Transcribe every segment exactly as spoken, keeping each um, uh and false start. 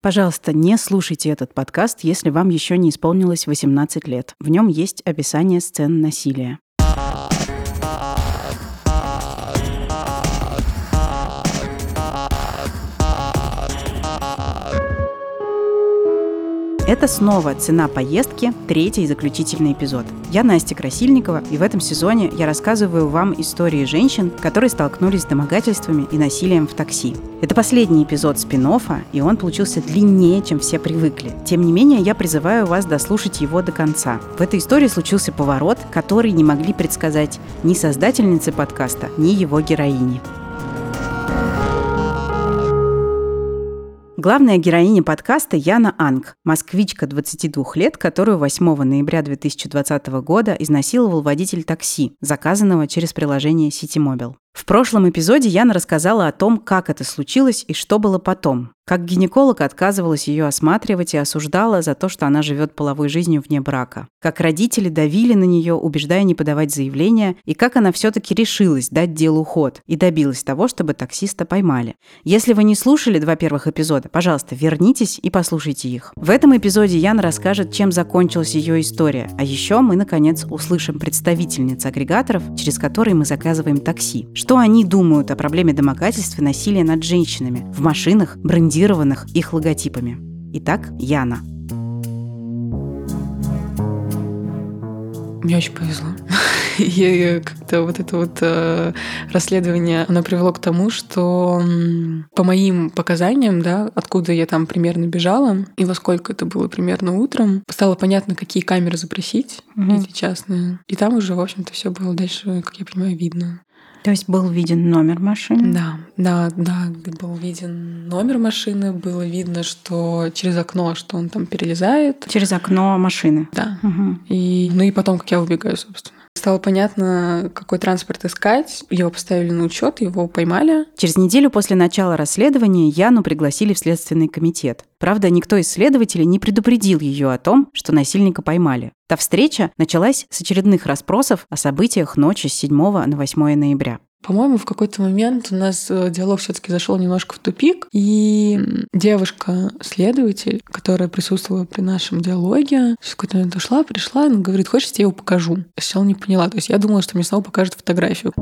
Пожалуйста, не слушайте этот подкаст, если вам еще не исполнилось восемнадцать лет. В нем есть описание сцен насилия. Это снова «Цена поездки», третий и заключительный эпизод. Я Настя Красильникова, и в этом сезоне я рассказываю вам истории женщин, которые столкнулись с домогательствами и насилием в такси. Это последний эпизод спин-оффа, и он получился длиннее, чем все привыкли. Тем не менее, я призываю вас дослушать его до конца. В этой истории случился поворот, который не могли предсказать ни создательницы подкаста, ни его героини. Главная героиня подкаста Яна Анг, москвичка двадцати двух лет, которую восьмого ноября две тысячи двадцатого года изнасиловал водитель такси, заказанного через приложение Ситимобил. В прошлом эпизоде Яна рассказала о том, как это случилось и что было потом. Как гинеколог отказывалась ее осматривать и осуждала за то, что она живет половой жизнью вне брака. Как родители давили на нее, убеждая не подавать заявление, и как она все-таки решилась дать делу ход и добилась того, чтобы таксиста поймали. Если вы не слушали два первых эпизода, пожалуйста, вернитесь и послушайте их. В этом эпизоде Яна расскажет, чем закончилась ее история. А еще мы, наконец, услышим представительниц агрегаторов, через которые мы заказываем такси. Что они думают о проблеме домогательств и насилия над женщинами в машинах, брендированных их логотипами. Итак, Яна. Мне очень повезло. И как-то вот это вот э, расследование, оно привело к тому, что по моим показаниям, да, откуда я там примерно бежала и во сколько это было примерно утром, стало понятно, какие камеры запросить, mm-hmm. эти частные. И там уже, в общем-то, все было дальше, как я понимаю, видно. То есть был виден номер машины? Да, да, да, был виден номер машины, было видно, что через окно, что он там перелезает. Через окно машины? Да. Угу. И, ну и потом, как я убегаю, собственно. Стало понятно, какой транспорт искать. Его поставили на учет, его поймали. Через неделю после начала расследования Яну пригласили в Следственный комитет. Правда, никто из следователей не предупредил ее о том, что насильника поймали. Та встреча началась с очередных расспросов о событиях ночи с седьмого на восьмое ноября. По-моему, в какой-то момент у нас диалог все-таки зашел немножко в тупик, и девушка-следователь, которая присутствовала при нашем диалоге, в какой-то момент ушла, пришла, она говорит: хочешь, я тебе его покажу? Я сначала не поняла, то есть я думала, что мне снова покажет фотографию.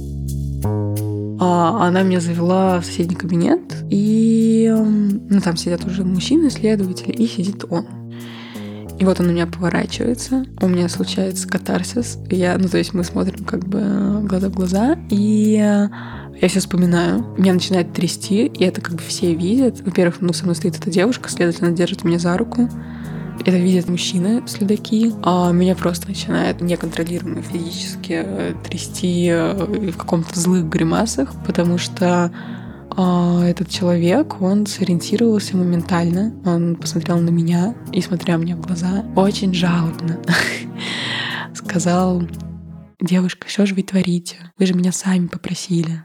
А она меня завела в соседний кабинет, и ну, там сидят уже мужчины-следователи, и сидит он. И вот он у меня поворачивается, у меня случается катарсис. Я, ну, то есть мы смотрим как бы глаза в глаза, и я все вспоминаю. Меня начинает трясти, и это как бы все видят. Во-первых, ну, со мной стоит эта девушка, следовательно, держит меня за руку. Это видят мужчины, следаки, а меня просто начинает неконтролируемо физически трясти в каком-то злых гримасах, потому что а этот человек, он сориентировался моментально. Он посмотрел на меня и, смотря мне в глаза, очень жалобно сказал: девушка, что же вы творите? Вы же меня сами попросили.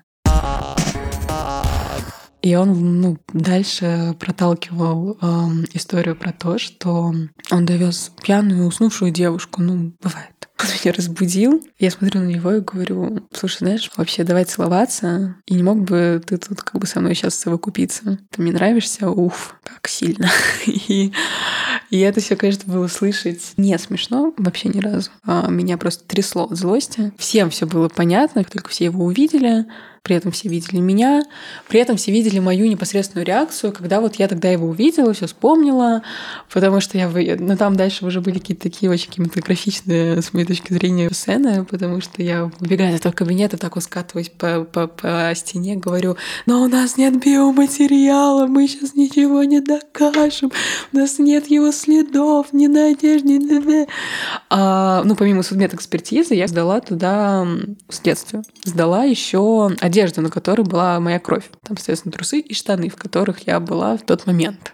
И он, ну, дальше проталкивал э, историю про то, что он довез пьяную уснувшую девушку. Ну, бывает. Он меня разбудил. Я смотрю на него и говорю: слушай, знаешь, вообще давай целоваться. И не мог бы ты тут как бы со мной сейчас совокупиться? Ты мне нравишься? Уф, как сильно. И, и это все, конечно, было слышать не смешно вообще ни разу. А меня просто трясло от злости. Всем все было понятно, только все его увидели. При этом все видели меня, при этом все видели мою непосредственную реакцию, когда вот я тогда его увидела, все вспомнила, потому что я... Ну, там дальше уже были какие-то такие очень кинематографичные, с моей точки зрения, сцены, потому что я убегаю из этого кабинета, так вот скатываюсь по, по, по стене, говорю: но у нас нет биоматериала, мы сейчас ничего не докажем, у нас нет его следов, ни на одежде, ни... А, ну, помимо судмедэкспертизы, я сдала туда следствие. Сдала еще одежду, на которой была моя кровь. Там, соответственно, трусы и штаны, в которых я была в тот момент.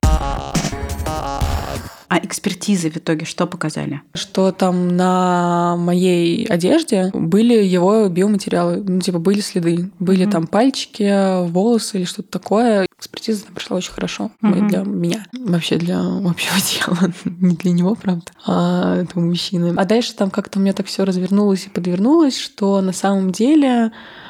А экспертизы в итоге что показали? Что там на моей одежде были его биоматериалы. Ну, типа, были следы. Были mm-hmm. там пальчики, волосы или что-то такое. Экспертиза там прошла очень хорошо. Mm-hmm. Для меня. Вообще для общего дела. Не для него, правда, а этого мужчины. А дальше там как-то у меня так все развернулось и подвернулось, что на самом деле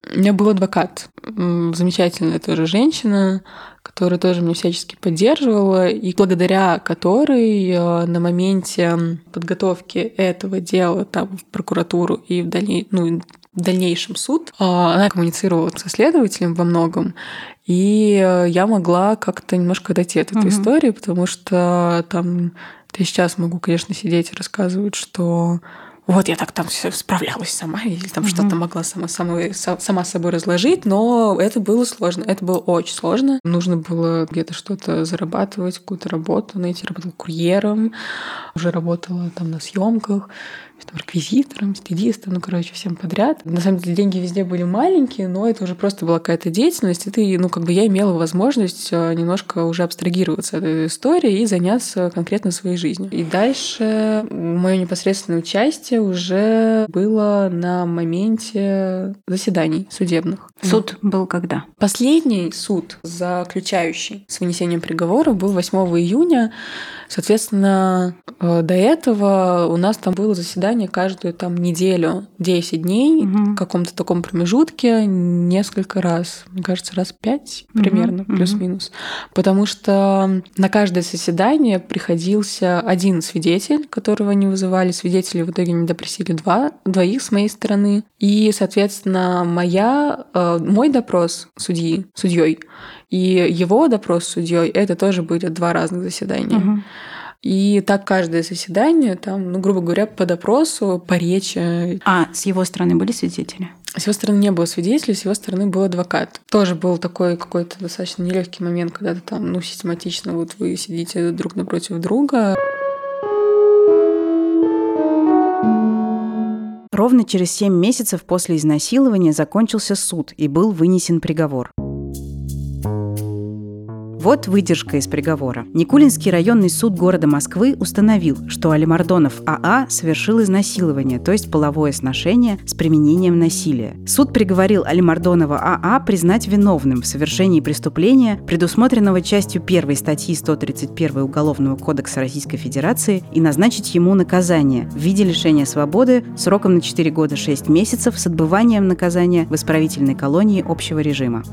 У меня был адвокат, замечательная тоже женщина, которая тоже меня всячески поддерживала, и благодаря которой на моменте подготовки этого дела там, в прокуратуру и в, дальней, ну, в дальнейшем суд, она коммуницировала со следователем во многом, и я могла как-то немножко дойти от этой угу. истории, потому что там я сейчас могу, конечно, сидеть и рассказывать, что вот я так там все справлялась сама, или там mm-hmm. что-то могла сама, сама, сама собой разложить, но это было сложно, это было очень сложно. Нужно было где-то что-то зарабатывать, какую-то работу найти. Работала курьером, уже работала там на съемках, там, реквизитором, стилистом, ну, короче, всем подряд. На самом деле деньги везде были маленькие, но это уже просто была какая-то деятельность, и ты, ну, как бы я имела возможность немножко уже абстрагироваться от этой истории и заняться конкретно своей жизнью. И дальше мое непосредственное участие уже было на моменте заседаний судебных. Суд был когда? Последний суд, заключающий с вынесением приговора, был восьмого июня. Соответственно, до этого у нас там было заседание каждую там неделю, десять дней, угу. в каком-то таком промежутке, несколько раз, мне кажется, раз пять примерно, угу. плюс-минус. Потому что на каждое заседание приходился один свидетель, которого они вызывали. Свидетелей в итоге не допросили два, двоих с моей стороны. И, соответственно, моя, мой допрос судьи, судьей и его допрос судьей это тоже были два разных заседания. Угу. И так каждое заседание, там, ну, грубо говоря, по допросу, по речи. А с его стороны были свидетели? С его стороны не было свидетелей, с его стороны был адвокат. Тоже был такой какой-то достаточно нелегкий момент, когда ты там, ну, систематично вот вы сидите друг напротив друга. Ровно через семь месяцев после изнасилования закончился суд и был вынесен приговор. Вот выдержка из приговора. Никулинский районный суд города Москвы установил, что Алимардонов А А совершил изнасилование, то есть половое сношение с применением насилия. Суд приговорил Алимардонова А А признать виновным в совершении преступления, предусмотренного частью первой статьи сто тридцать один Уголовного кодекса Российской Федерации, и назначить ему наказание в виде лишения свободы сроком на четыре года шесть месяцев с отбыванием наказания в исправительной колонии общего режима.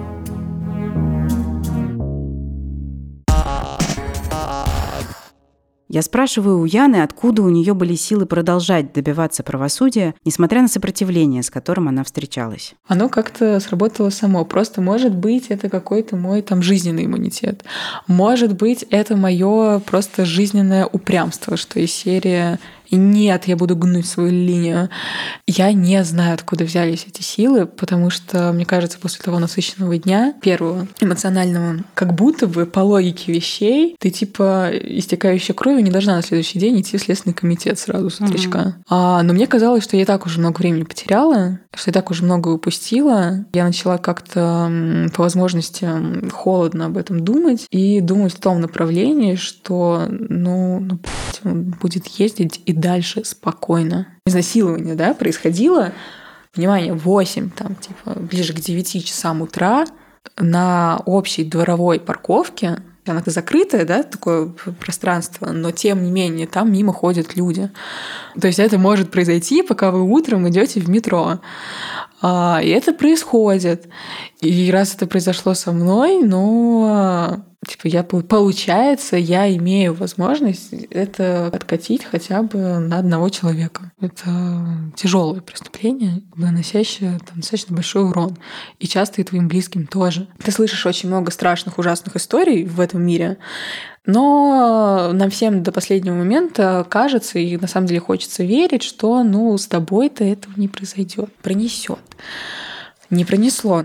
Я спрашиваю у Яны, откуда у нее были силы продолжать добиваться правосудия, несмотря на сопротивление, с которым она встречалась. Оно как-то сработало само. Просто, может быть, это какой-то мой там жизненный иммунитет. Может быть, это мое просто жизненное упрямство, что из серии «И нет, я буду гнуть свою линию». Я не знаю, откуда взялись эти силы, потому что, мне кажется, после того насыщенного дня, первого, эмоционального, как будто бы по логике вещей, ты типа истекающая кровью не должна на следующий день идти в Следственный комитет сразу с утречка. Mm-hmm. А, но мне казалось, что я и так уже много времени потеряла, что я так уже много упустила. Я начала как-то по возможности холодно об этом думать и думать в том направлении, что ну, ну он будет ездить и дальше спокойно. Изнасилование, да, происходило, внимание, в восемь, там, типа, ближе к девяти часам утра на общей дворовой парковке. Она закрытая, да, такое пространство, но тем не менее там мимо ходят люди. То есть это может произойти, пока вы утром идете в метро. И это происходит. И раз это произошло со мной, ну, типа, я, получается, я имею возможность это откатить хотя бы на одного человека. Это тяжелое преступление, наносящее там, достаточно большой урон. И часто и твоим близким тоже. Ты слышишь очень много страшных, ужасных историй в этом мире, но нам всем до последнего момента кажется, и на самом деле хочется верить, что ну, с тобой-то этого не произойдет, пронесет. Не пронесло.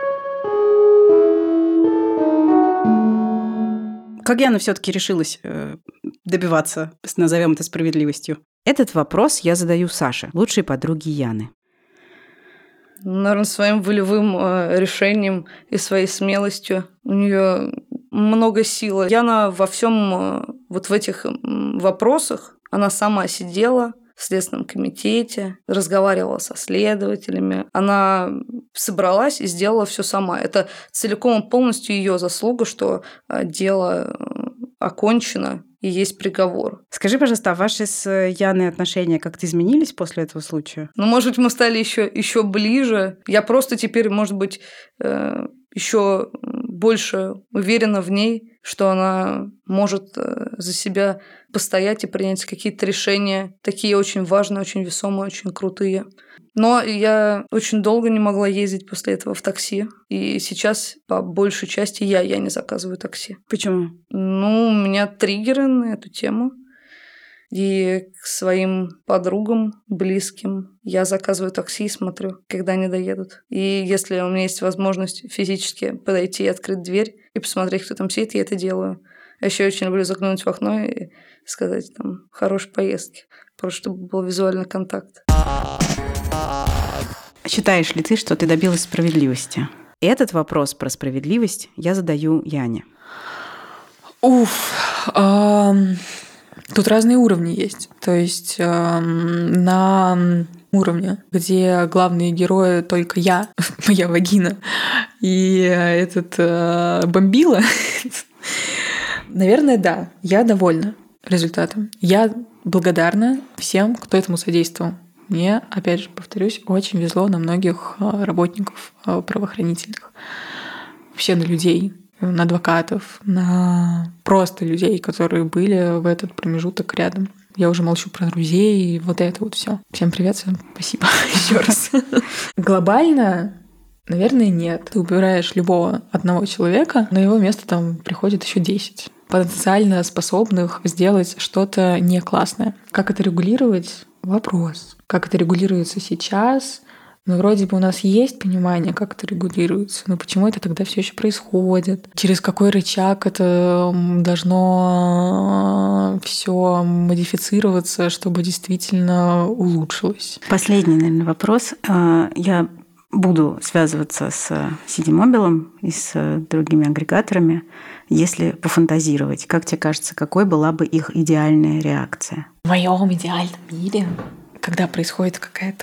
Как Яна все-таки решилась добиваться, назовем это справедливостью? Этот вопрос я задаю Саше, лучшей подруге Яны. Наверное, своим волевым решением и своей смелостью. У нее много силы. Яна во всем вот в этих вопросах, она сама сидела в Следственном комитете, разговаривала со следователями. Она собралась и сделала все сама. Это целиком и полностью ее заслуга, что дело окончено и есть приговор. Скажи, пожалуйста, а ваши с Яной отношения как-то изменились после этого случая? Ну, может быть, мы стали еще, еще ближе. Я просто теперь, может быть, э, еще больше уверена в ней, что она может за себя постоять и принять какие-то решения, такие очень важные, очень весомые, очень крутые. Но я очень долго не могла ездить после этого в такси. И сейчас, по большей части, я, я не заказываю такси. Почему? Ну, у меня триггеры на эту тему. И к своим подругам, близким я заказываю такси и смотрю, когда они доедут. И если у меня есть возможность физически подойти и открыть дверь и посмотреть, кто там сидит, я это делаю. А еще я очень люблю заглянуть в окно и сказать там «хорошей поездки», просто чтобы был визуальный контакт. Считаешь ли ты, что ты добилась справедливости? Этот вопрос про справедливость я задаю Яне. Уф, эм, тут разные уровни есть. То есть эм, на уровне, где главные герои только я, моя вагина, и этот э, бомбила, наверное, да, я довольна результатом. Я благодарна всем, кто этому содействовал. Мне, опять же, повторюсь, очень везло на многих работников правоохранительных, вообще на людей, на адвокатов, на просто людей, которые были в этот промежуток рядом. Я уже молчу про друзей и вот это вот все. Всем привет, всем спасибо еще раз. Глобально, наверное, нет. Ты убираешь любого одного человека, на его место там приходит еще десять потенциально способных сделать что-то не классное. Как это регулировать? Вопрос. Как это регулируется сейчас? Ну, вроде бы у нас есть понимание, как это регулируется, но почему это тогда все еще происходит? Через какой рычаг это должно все модифицироваться, чтобы действительно улучшилось? Последний, наверное, вопрос. Я буду связываться с Ситимобилом и с другими агрегаторами, если пофантазировать. Как тебе кажется, какой была бы их идеальная реакция? В моем идеальном мире, когда происходит какая-то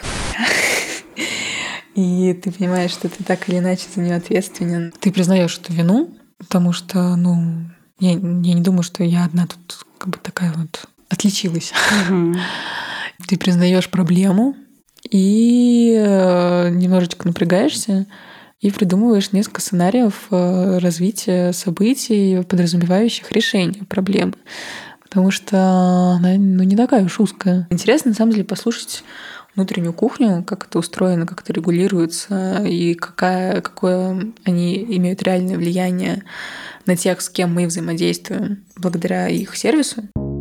и ты понимаешь, что ты так или иначе за нее ответственен, ты признаешь эту вину, потому что, ну, я, я не думаю, что я одна тут как бы такая вот отличилась. Mm-hmm. Ты признаешь проблему и немножечко напрягаешься и придумываешь несколько сценариев развития событий, подразумевающих решение проблемы. Потому что она, ну, не такая уж узкая. Интересно, на самом деле, послушать внутреннюю кухню, как это устроено, как это регулируется, и какая, какое они имеют реальное влияние на тех, с кем мы взаимодействуем благодаря их сервису.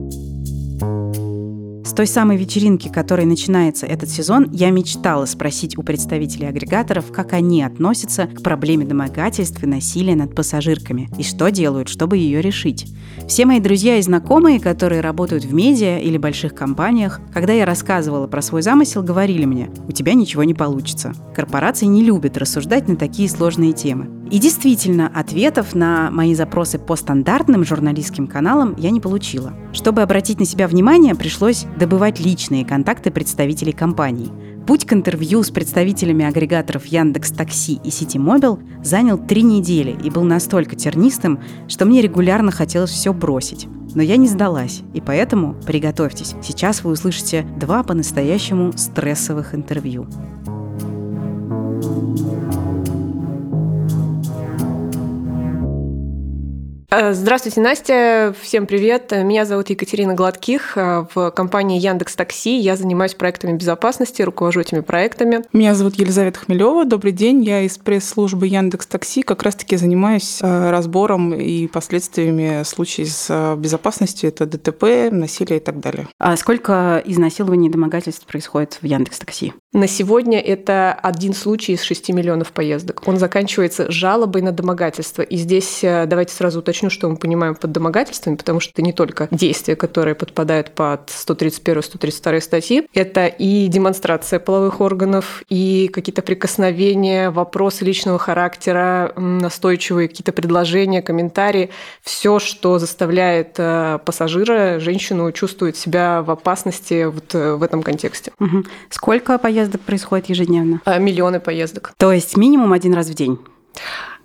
С той самой вечеринки, которой начинается этот сезон, я мечтала спросить у представителей агрегаторов, как они относятся к проблеме домогательств и насилия над пассажирками, и что делают, чтобы ее решить. Все мои друзья и знакомые, которые работают в медиа или больших компаниях, когда я рассказывала про свой замысел, говорили мне: «У тебя ничего не получится». Корпорации не любят рассуждать на такие сложные темы. И действительно, ответов на мои запросы по стандартным журналистским каналам я не получила. Чтобы обратить на себя внимание, пришлось добывать личные контакты представителей компаний. Путь к интервью с представителями агрегаторов Яндекс.Такси и Ситимобил занял три недели и был настолько тернистым, что мне регулярно хотелось все бросить. Но я не сдалась, и поэтому приготовьтесь. Сейчас вы услышите два по-настоящему стрессовых интервью. Здравствуйте, Настя. Всем привет. Меня зовут Екатерина Гладких. В компании Яндекс.Такси я занимаюсь проектами безопасности, руковожу этими проектами. Меня зовут Елизавета Хмелева. Добрый день. Я из пресс-службы Яндекс.Такси. Как раз-таки занимаюсь разбором и последствиями случаев с безопасностью. Это ДТП, насилие и так далее. А сколько изнасилований и домогательств происходит в Яндекс.Такси? На сегодня это один случай из шести миллионов поездок. Он заканчивается жалобой на домогательство. И здесь давайте сразу уточню, что мы понимаем под домогательствами, потому что это не только действия, которые подпадают под сто тридцать первую - сто тридцать вторую статьи. Это и демонстрация половых органов, и какие-то прикосновения, вопросы личного характера, настойчивые какие-то предложения, комментарии. Все, что заставляет пассажира, женщину, чувствовать себя в опасности вот в этом контексте. Угу. Сколько поездок происходит ежедневно? Миллионы поездок. То есть минимум один раз в день?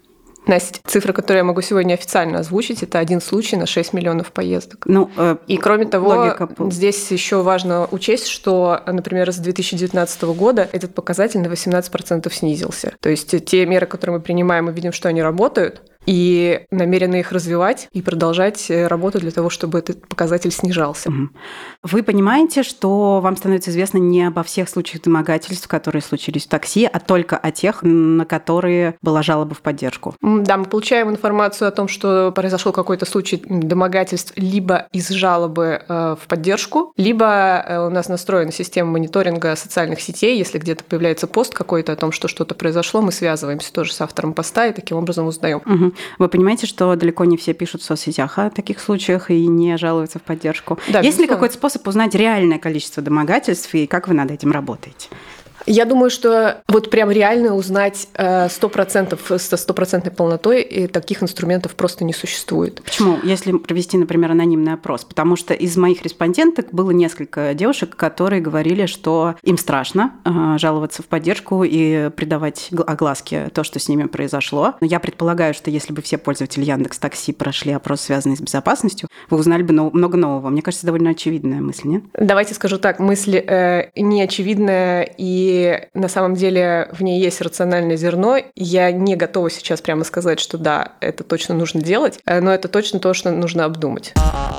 Настя, цифра, которую я могу сегодня официально озвучить, это один случай на шесть миллионов поездок. Ну, э, и кроме того, логика... здесь еще важно учесть, что, например, с две тысячи девятнадцатого года этот показатель на восемнадцать процентов снизился. То есть те меры, которые мы принимаем, мы видим, что они работают, и намерены их развивать и продолжать работу для того, чтобы этот показатель снижался. Вы понимаете, что вам становится известно не обо всех случаях домогательств, которые случились в такси, а только о тех, на которые была жалоба в поддержку? Да, мы получаем информацию о том, что произошел какой-то случай домогательств либо из жалобы в поддержку, либо у нас настроена система мониторинга социальных сетей. Если где-то появляется пост какой-то о том, что что-то произошло, мы связываемся тоже с автором поста и таким образом узнаем. Угу. Вы понимаете, что далеко не все пишут в соцсетях о таких случаях и не жалуются в поддержку? Да, Есть безусловно. ли какой-то способ узнать реальное количество домогательств и как вы над этим работаете? Я думаю, что вот прям реально узнать сто процентов со стопроцентной полнотой и таких инструментов просто не существует. Почему? Если провести, например, анонимный опрос. Потому что из моих респонденток было несколько девушек, которые говорили, что им страшно жаловаться в поддержку и придавать огласке то, что с ними произошло. Но я предполагаю, что если бы все пользователи Яндекс.Такси прошли опрос, связанный с безопасностью, вы узнали бы много нового. Мне кажется, довольно очевидная мысль, нет? Давайте скажу так. Мысль э, неочевидная, и на самом деле в ней есть рациональное зерно. Я не готова сейчас прямо сказать, что да, это точно нужно делать, но это точно то, что нужно обдумать.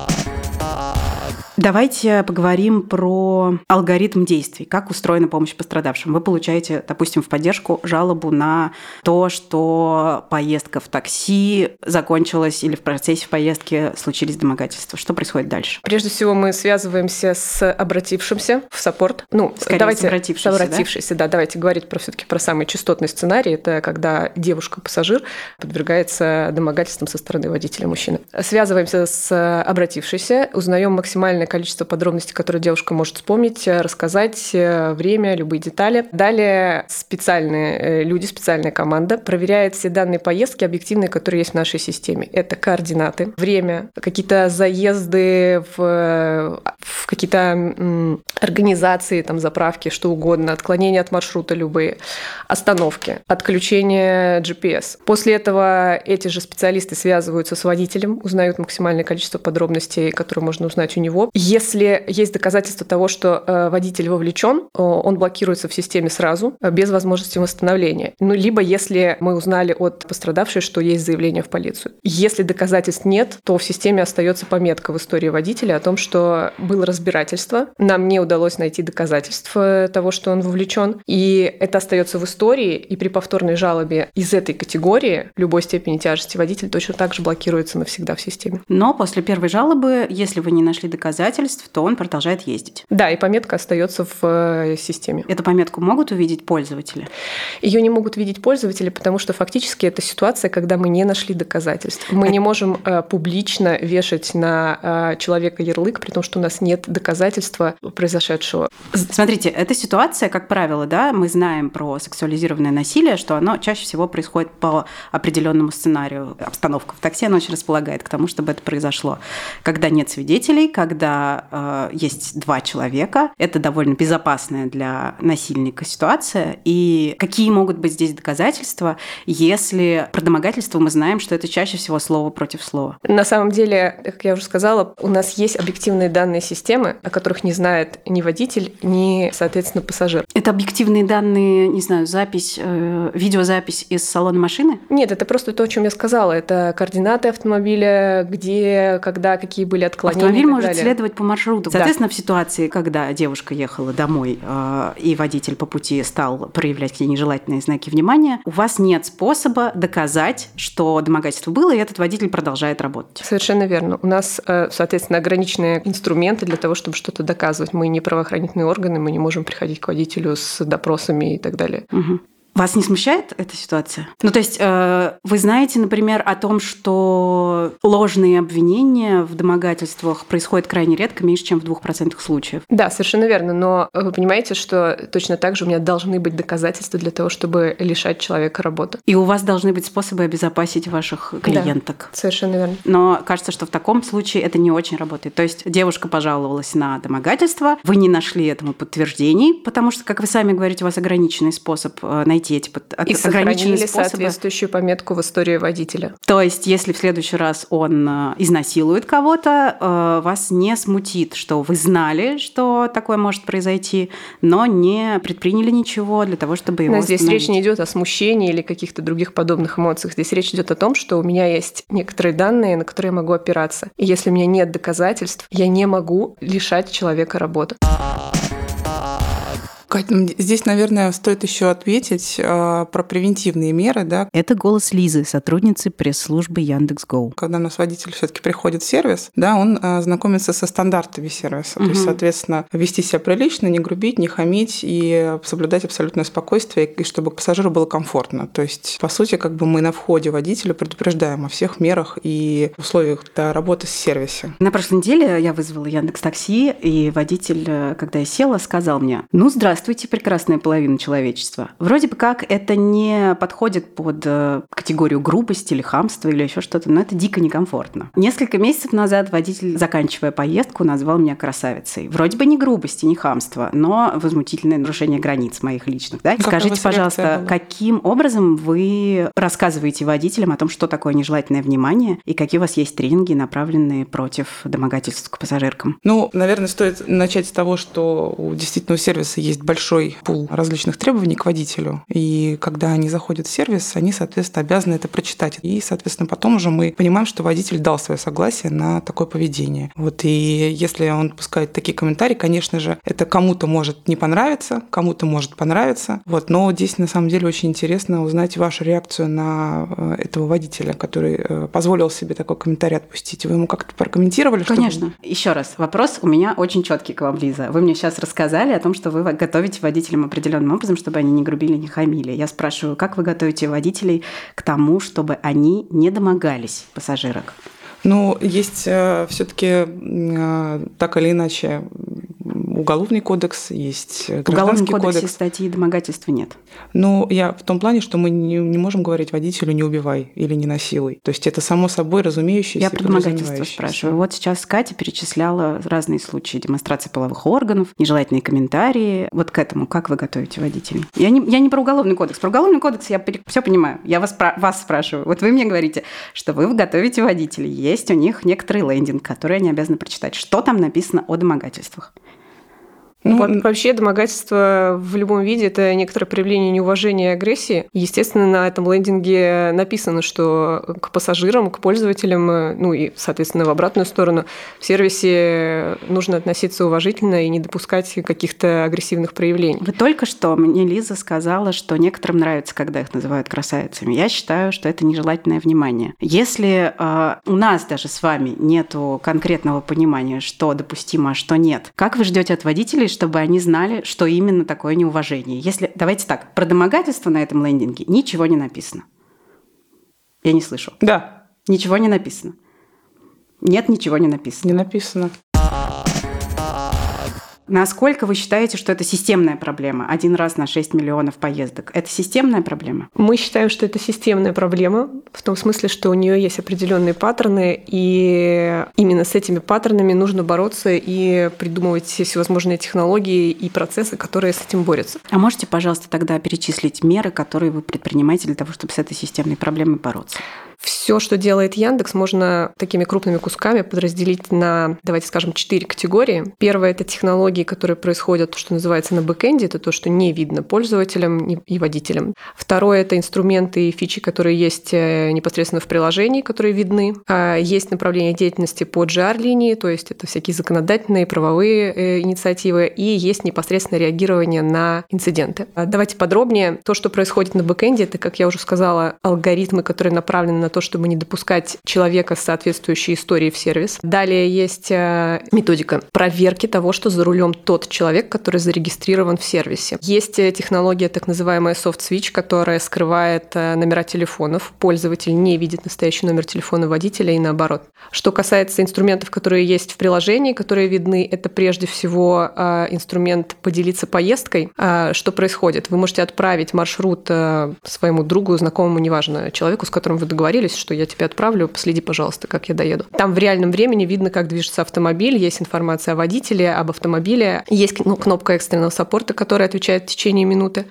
Давайте поговорим про алгоритм действий, как устроена помощь пострадавшим. Вы получаете, допустим, в поддержку жалобу на то, что поездка в такси закончилась или в процессе поездки случились домогательства. Что происходит дальше? Прежде всего мы связываемся с обратившимся в саппорт. Ну, скорее давайте, с обратившимся, с обратившимся, да? да, давайте говорить про все-таки про самый частотный сценарий. Это когда девушка-пассажир подвергается домогательствам со стороны водителя-мужчины. Связываемся с обратившейся, узнаем максимальное количество подробностей, которые девушка может вспомнить, рассказать, время, любые детали. Далее специальные люди, специальная команда проверяет все данные поездки объективные, которые есть в нашей системе. Это координаты, время, какие-то заезды в, в какие-то м, организации, там, заправки, что угодно, отклонения от маршрута любые, остановки, отключение джи пи эс. После этого эти же специалисты связываются с водителем, узнают максимальное количество подробностей, которые можно узнать у него. Если есть доказательства того, что водитель вовлечен, он блокируется в системе сразу, без возможности восстановления. Ну, либо если мы узнали от пострадавшей, что есть заявление в полицию. Если доказательств нет, то в системе остается пометка в истории водителя о том, что было разбирательство, нам не удалось найти доказательств того, что он вовлечен, и это остается в истории, и при повторной жалобе из этой категории любой степени тяжести водитель точно так же блокируется навсегда в системе. Но после первой жалобы, если вы не нашли доказательств, то он продолжает ездить. Да, и пометка остается в системе. Эту пометку могут увидеть пользователи? Ее не могут видеть пользователи, потому что фактически это ситуация, когда мы не нашли доказательств. Мы это... не можем э, публично вешать на э, человека ярлык, при том, что у нас нет доказательства произошедшего. Смотрите, эта ситуация, как правило, да, мы знаем про сексуализированное насилие, что оно чаще всего происходит по определенному сценарию. Обстановка в такси, она очень располагает к тому, чтобы это произошло. Когда нет свидетелей, когда э, есть два человека, это довольно безопасная для насильника ситуация. И какие могут быть здесь доказательства, если про домогательство мы знаем, что это чаще всего слово против слова? На самом деле, как я уже сказала, у нас есть объективные данные системы, о которых не знает ни водитель, ни, соответственно, пассажир. Это объективные данные, не знаю, запись, э, видеозапись из салона машины? Нет, это просто то, о чем я сказала. Это координаты автомобиля, где, когда, какие были отклонения. Автомобиль и так может далее. следовать по маршруту. Соответственно, да. в ситуации, когда девушка ехала домой, э, и водитель по пути стал проявлять к ней нежелательные знаки внимания, у вас нет способа доказать, что домогательство было, и этот водитель продолжает работать. Совершенно верно. У нас, соответственно, ограниченные инструменты для того, чтобы что-то доказывать. Мы не правоохранительные органы, мы не можем приходить к водителю с допросами и так далее. Угу. Вас не смущает эта ситуация? Ну, то есть э, вы знаете, например, о том, что ложные обвинения в домогательствах происходят крайне редко, меньше, чем в двух процентах случаев. Да, совершенно верно. Но вы понимаете, что точно так же у меня должны быть доказательства для того, чтобы лишать человека работы. И у вас должны быть способы обезопасить ваших клиенток. Да, совершенно верно. Но кажется, что в таком случае это не очень работает. То есть девушка пожаловалась на домогательство, вы не нашли этому подтверждений, потому что, как вы сами говорите, у вас ограниченный способ найти делаете эти под... И ограниченные сохранили способы. соответствующую пометку в истории водителя. То есть, если в следующий раз он изнасилует кого-то, вас не смутит, что вы знали, что такое может произойти, но не предприняли ничего для того, чтобы его Но здесь остановить. речь не идет о смущении или каких-то других подобных эмоциях. Здесь речь идет о том, что у меня есть некоторые данные, на которые я могу опираться. И если у меня нет доказательств, я не могу лишать человека работы. Кать, здесь, наверное, стоит еще ответить э, про превентивные меры, да. Это голос Лизы, сотрудницы пресс-службы Яндекс.Гоу. Когда у нас водитель все-таки приходит в сервис, да, он э, знакомится со стандартами сервиса. Угу. То есть, соответственно, вести себя прилично, не грубить, не хамить и соблюдать абсолютное спокойствие, и чтобы пассажиру было комфортно. То есть, по сути, как бы мы на входе водителя предупреждаем о всех мерах и условиях для работы с сервисе. На прошлой неделе я вызвала Яндекс.Такси, и водитель, когда я села, сказал мне: ну, здравствуйте, Здравствуйте, прекрасная половина человечества. Вроде бы как это не подходит под категорию грубости или хамства или еще что-то, но это дико некомфортно. Несколько месяцев назад водитель, заканчивая поездку, назвал меня красавицей. Вроде бы не грубости, не хамство, но возмутительное нарушение границ моих личных. Да? Скажите, пожалуйста, каким образом вы рассказываете водителям о том, что такое нежелательное внимание, и какие у вас есть тренинги, направленные против домогательств к пассажиркам? Ну, наверное, стоит начать с того, что у действительно у сервиса есть большой пул различных требований к водителю. И когда они заходят в сервис, они, соответственно, обязаны это прочитать. И, соответственно, потом уже мы понимаем, что водитель дал свое согласие на такое поведение. Вот. И если он пускает такие комментарии, конечно же, это кому-то может не понравиться, кому-то может понравиться. Вот. Но здесь, на самом деле, очень интересно узнать вашу реакцию на этого водителя, который позволил себе такой комментарий отпустить. Вы ему как-то прокомментировали? Конечно. Чтобы... Еще раз. Вопрос у меня очень четкий к вам, Лиза. Вы мне сейчас рассказали о том, что вы готовите водителям определенным образом, чтобы они не грубили, не хамили. Я спрашиваю, как вы готовите водителей к тому, чтобы они не домогались пассажирок? Ну, есть э, все-таки э, так или иначе уголовный кодекс, есть гражданский кодекс. В уголовном кодексе кодекс. Статьи домогательства нет. Ну, я в том плане, что мы не, не можем говорить водителю «не убивай» или «не насилуй». То есть это само собой разумеющееся. Я про домогательство спрашиваю. Вот сейчас Катя перечисляла разные случаи демонстрации половых органов, нежелательные комментарии. Вот к этому как вы готовите водителей? Я не, я не про уголовный кодекс. Про уголовный кодекс я все понимаю. Я вас, вас спрашиваю. Вот вы мне говорите, что вы готовите водителей. Есть у них некоторый лендинг, который они обязаны прочитать. Что там написано о домогательствах? Ну, вообще домогательство в любом виде – это некоторое проявление неуважения и агрессии. Естественно, на этом лендинге написано, что к пассажирам, к пользователям, ну и, соответственно, в обратную сторону, в сервисе нужно относиться уважительно и не допускать каких-то агрессивных проявлений. Вы только что мне, Лиза, сказала, что некоторым нравится, когда их называют красавицами. Я считаю, что это нежелательное внимание. Если э, у нас даже с вами нету конкретного понимания, что допустимо, а что нет, как вы ждете от водителей, чтобы они знали, что именно такое неуважение? Если, давайте так, про домогательство на этом лендинге ничего не написано. Я не слышу. Да. Ничего не написано. Нет, ничего не написано. Не написано. Насколько вы считаете, что это системная проблема? Один раз на шесть миллионов поездок. Это системная проблема? Мы считаем, что это системная проблема, в том смысле, что у нее есть определенные паттерны, и именно с этими паттернами нужно бороться и придумывать всевозможные технологии и процессы, которые с этим борются. А можете, пожалуйста, тогда перечислить меры, которые вы предпринимаете для того, чтобы с этой системной проблемой бороться? Все, что делает Яндекс, можно такими крупными кусками подразделить на, давайте скажем, четыре категории. Первое – это технологии, которые происходят, что называется, на бэкэнде, это то, что не видно пользователям и водителям. Второе – это инструменты и фичи, которые есть непосредственно в приложении, которые видны. Есть направление деятельности по джи ар-линии, то есть это всякие законодательные, правовые инициативы, и есть непосредственно реагирование на инциденты. Давайте подробнее. То, что происходит на бэкэнде, это, как я уже сказала, алгоритмы, которые направлены на то, чтобы не допускать человека с соответствующей историей в сервис. Далее есть методика проверки того, что за рулем тот человек, который зарегистрирован в сервисе. Есть технология, так называемая soft switch, которая скрывает номера телефонов. Пользователь не видит настоящий номер телефона водителя и наоборот. Что касается инструментов, которые есть в приложении, которые видны, это прежде всего инструмент поделиться поездкой. Что происходит? Вы можете отправить маршрут своему другу, знакомому, неважно, человеку, с которым вы договорились, договорились, что я тебя отправлю, последи, пожалуйста, как я доеду. Там в реальном времени видно, как движется автомобиль, есть информация о водителе, об автомобиле, есть ну, кнопка экстренного саппорта, которая отвечает в течение минуты.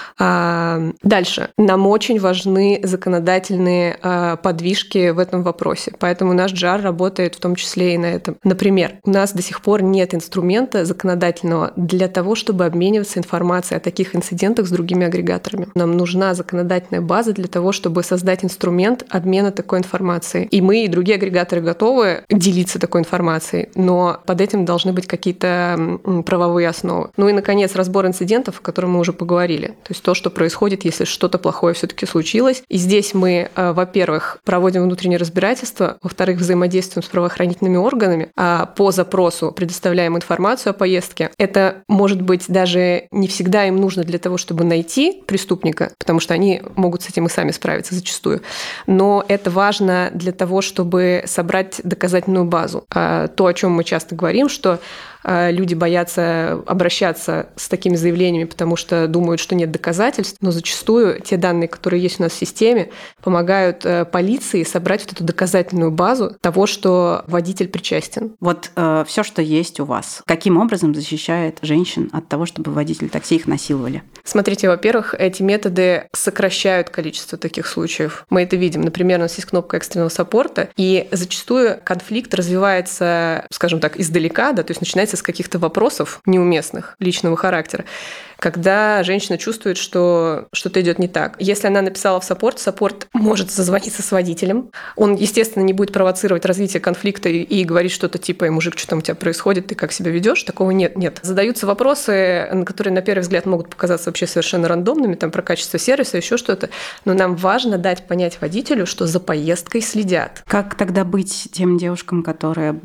А, дальше. Нам очень важны законодательные а, подвижки в этом вопросе, поэтому наш джар работает в том числе и на этом. Например, у нас до сих пор нет инструмента законодательного для того, чтобы обмениваться информацией о таких инцидентах с другими агрегаторами. Нам нужна законодательная база для того, чтобы создать инструмент обмена такой информацией. И мы, и другие агрегаторы готовы делиться такой информацией, но под этим должны быть какие-то правовые основы. Ну и, наконец, разбор инцидентов, о котором мы уже поговорили. То есть то, что происходит, если что-то плохое все-таки случилось. И здесь мы, во-первых, проводим внутреннее разбирательство, во-вторых, взаимодействуем с правоохранительными органами, а по запросу предоставляем информацию о поездке. Это может быть даже не всегда им нужно для того, чтобы найти преступника, потому что они могут с этим и сами справиться зачастую. Но это важно для того, чтобы собрать доказательную базу. А то, о чем мы часто говорим, что люди боятся обращаться с такими заявлениями, потому что думают, что нет доказательств, но зачастую те данные, которые есть у нас в системе, помогают полиции собрать вот эту доказательную базу того, что водитель причастен. Вот э, все, что есть у вас, каким образом защищает женщин от того, чтобы водители такси их насиловали? Смотрите, во-первых, эти методы сокращают количество таких случаев. Мы это видим. Например, у нас есть кнопка экстренного саппорта, и зачастую конфликт развивается, скажем так, издалека, да, то есть начинается с каких-то вопросов неуместных личного характера, когда женщина чувствует, что что-то идет не так. Если она написала в саппорт, саппорт может созвониться с водителем. Он, естественно, не будет провоцировать развитие конфликта и, и говорить что-то типа: «Мужик, что там у тебя происходит, ты как себя ведешь?» Такого нет. Нет. Задаются вопросы, на которые, на первый взгляд, могут показаться вообще совершенно рандомными, там, про качество сервиса, еще что-то. Но нам важно дать понять водителю, что за поездкой следят. Как тогда быть тем девушкам, которые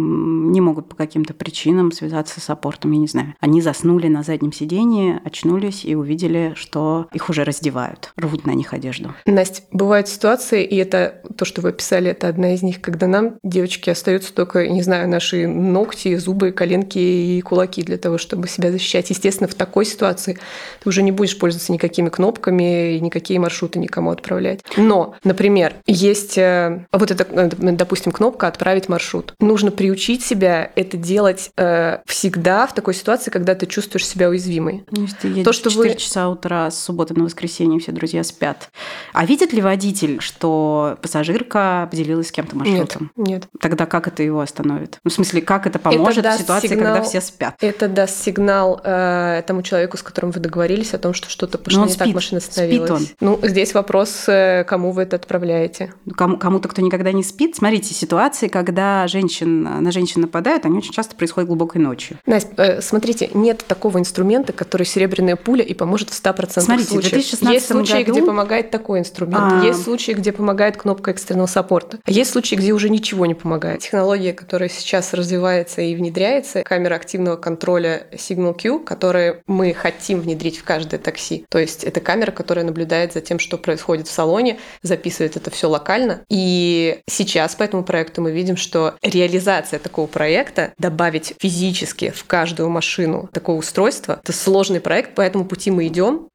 не могут по каким-то причинам связаться с саппортом, я не знаю. Они заснули на заднем сиденье, очнулись и увидели, что их уже раздевают, рвут на них одежду. Настя, бывают ситуации, и это то, что вы описали, это одна из них, когда нам, девочки, остаются только, не знаю, наши ногти, зубы, коленки и кулаки для того, чтобы себя защищать. Естественно, в такой ситуации ты уже не будешь пользоваться никакими кнопками и никакие маршруты никому отправлять. Но, например, есть вот эта, допустим, кнопка «Отправить маршрут». Нужно приучить себя это делать э, всегда в такой ситуации, когда ты чувствуешь себя уязвимой. Если едешь то, что в четыре вы... часа утра с субботы на воскресенье, все друзья спят. А видит ли водитель, что пассажирка поделилась с кем-то маршрутом? Нет, нет. Тогда как это его остановит? Ну, в смысле, как это поможет это в ситуации, сигнал, когда все спят? Это даст сигнал э, тому человеку, с которым вы договорились, о том, что что-то пошло не так, машина остановилась. Спит он. Ну, здесь вопрос, кому вы это отправляете. Кому- кому-то, кто никогда не спит. Смотрите, ситуации, когда женщин, на женщин нападают, они очень часто происходят глубокой ночью. Настя, э, смотрите, нет такого инструмента, который серебряная пуля и поможет в ста процентах Смотрите, случаев. в две тысячи шестнадцатом есть случаи, году... где помогает такой инструмент. А... Есть случаи, где помогает кнопка экстренного саппорта. А есть случаи, где уже ничего не помогает. Технология, которая сейчас развивается и внедряется, камера активного контроля Signal Q, которую мы хотим внедрить в каждое такси. То есть это камера, которая наблюдает за тем, что происходит в салоне, записывает это все локально. И сейчас по этому проекту мы видим, что реализация такого проекта, добавить физически в каждую машину такое устройство, это сложный проект, по этому пути мы идем.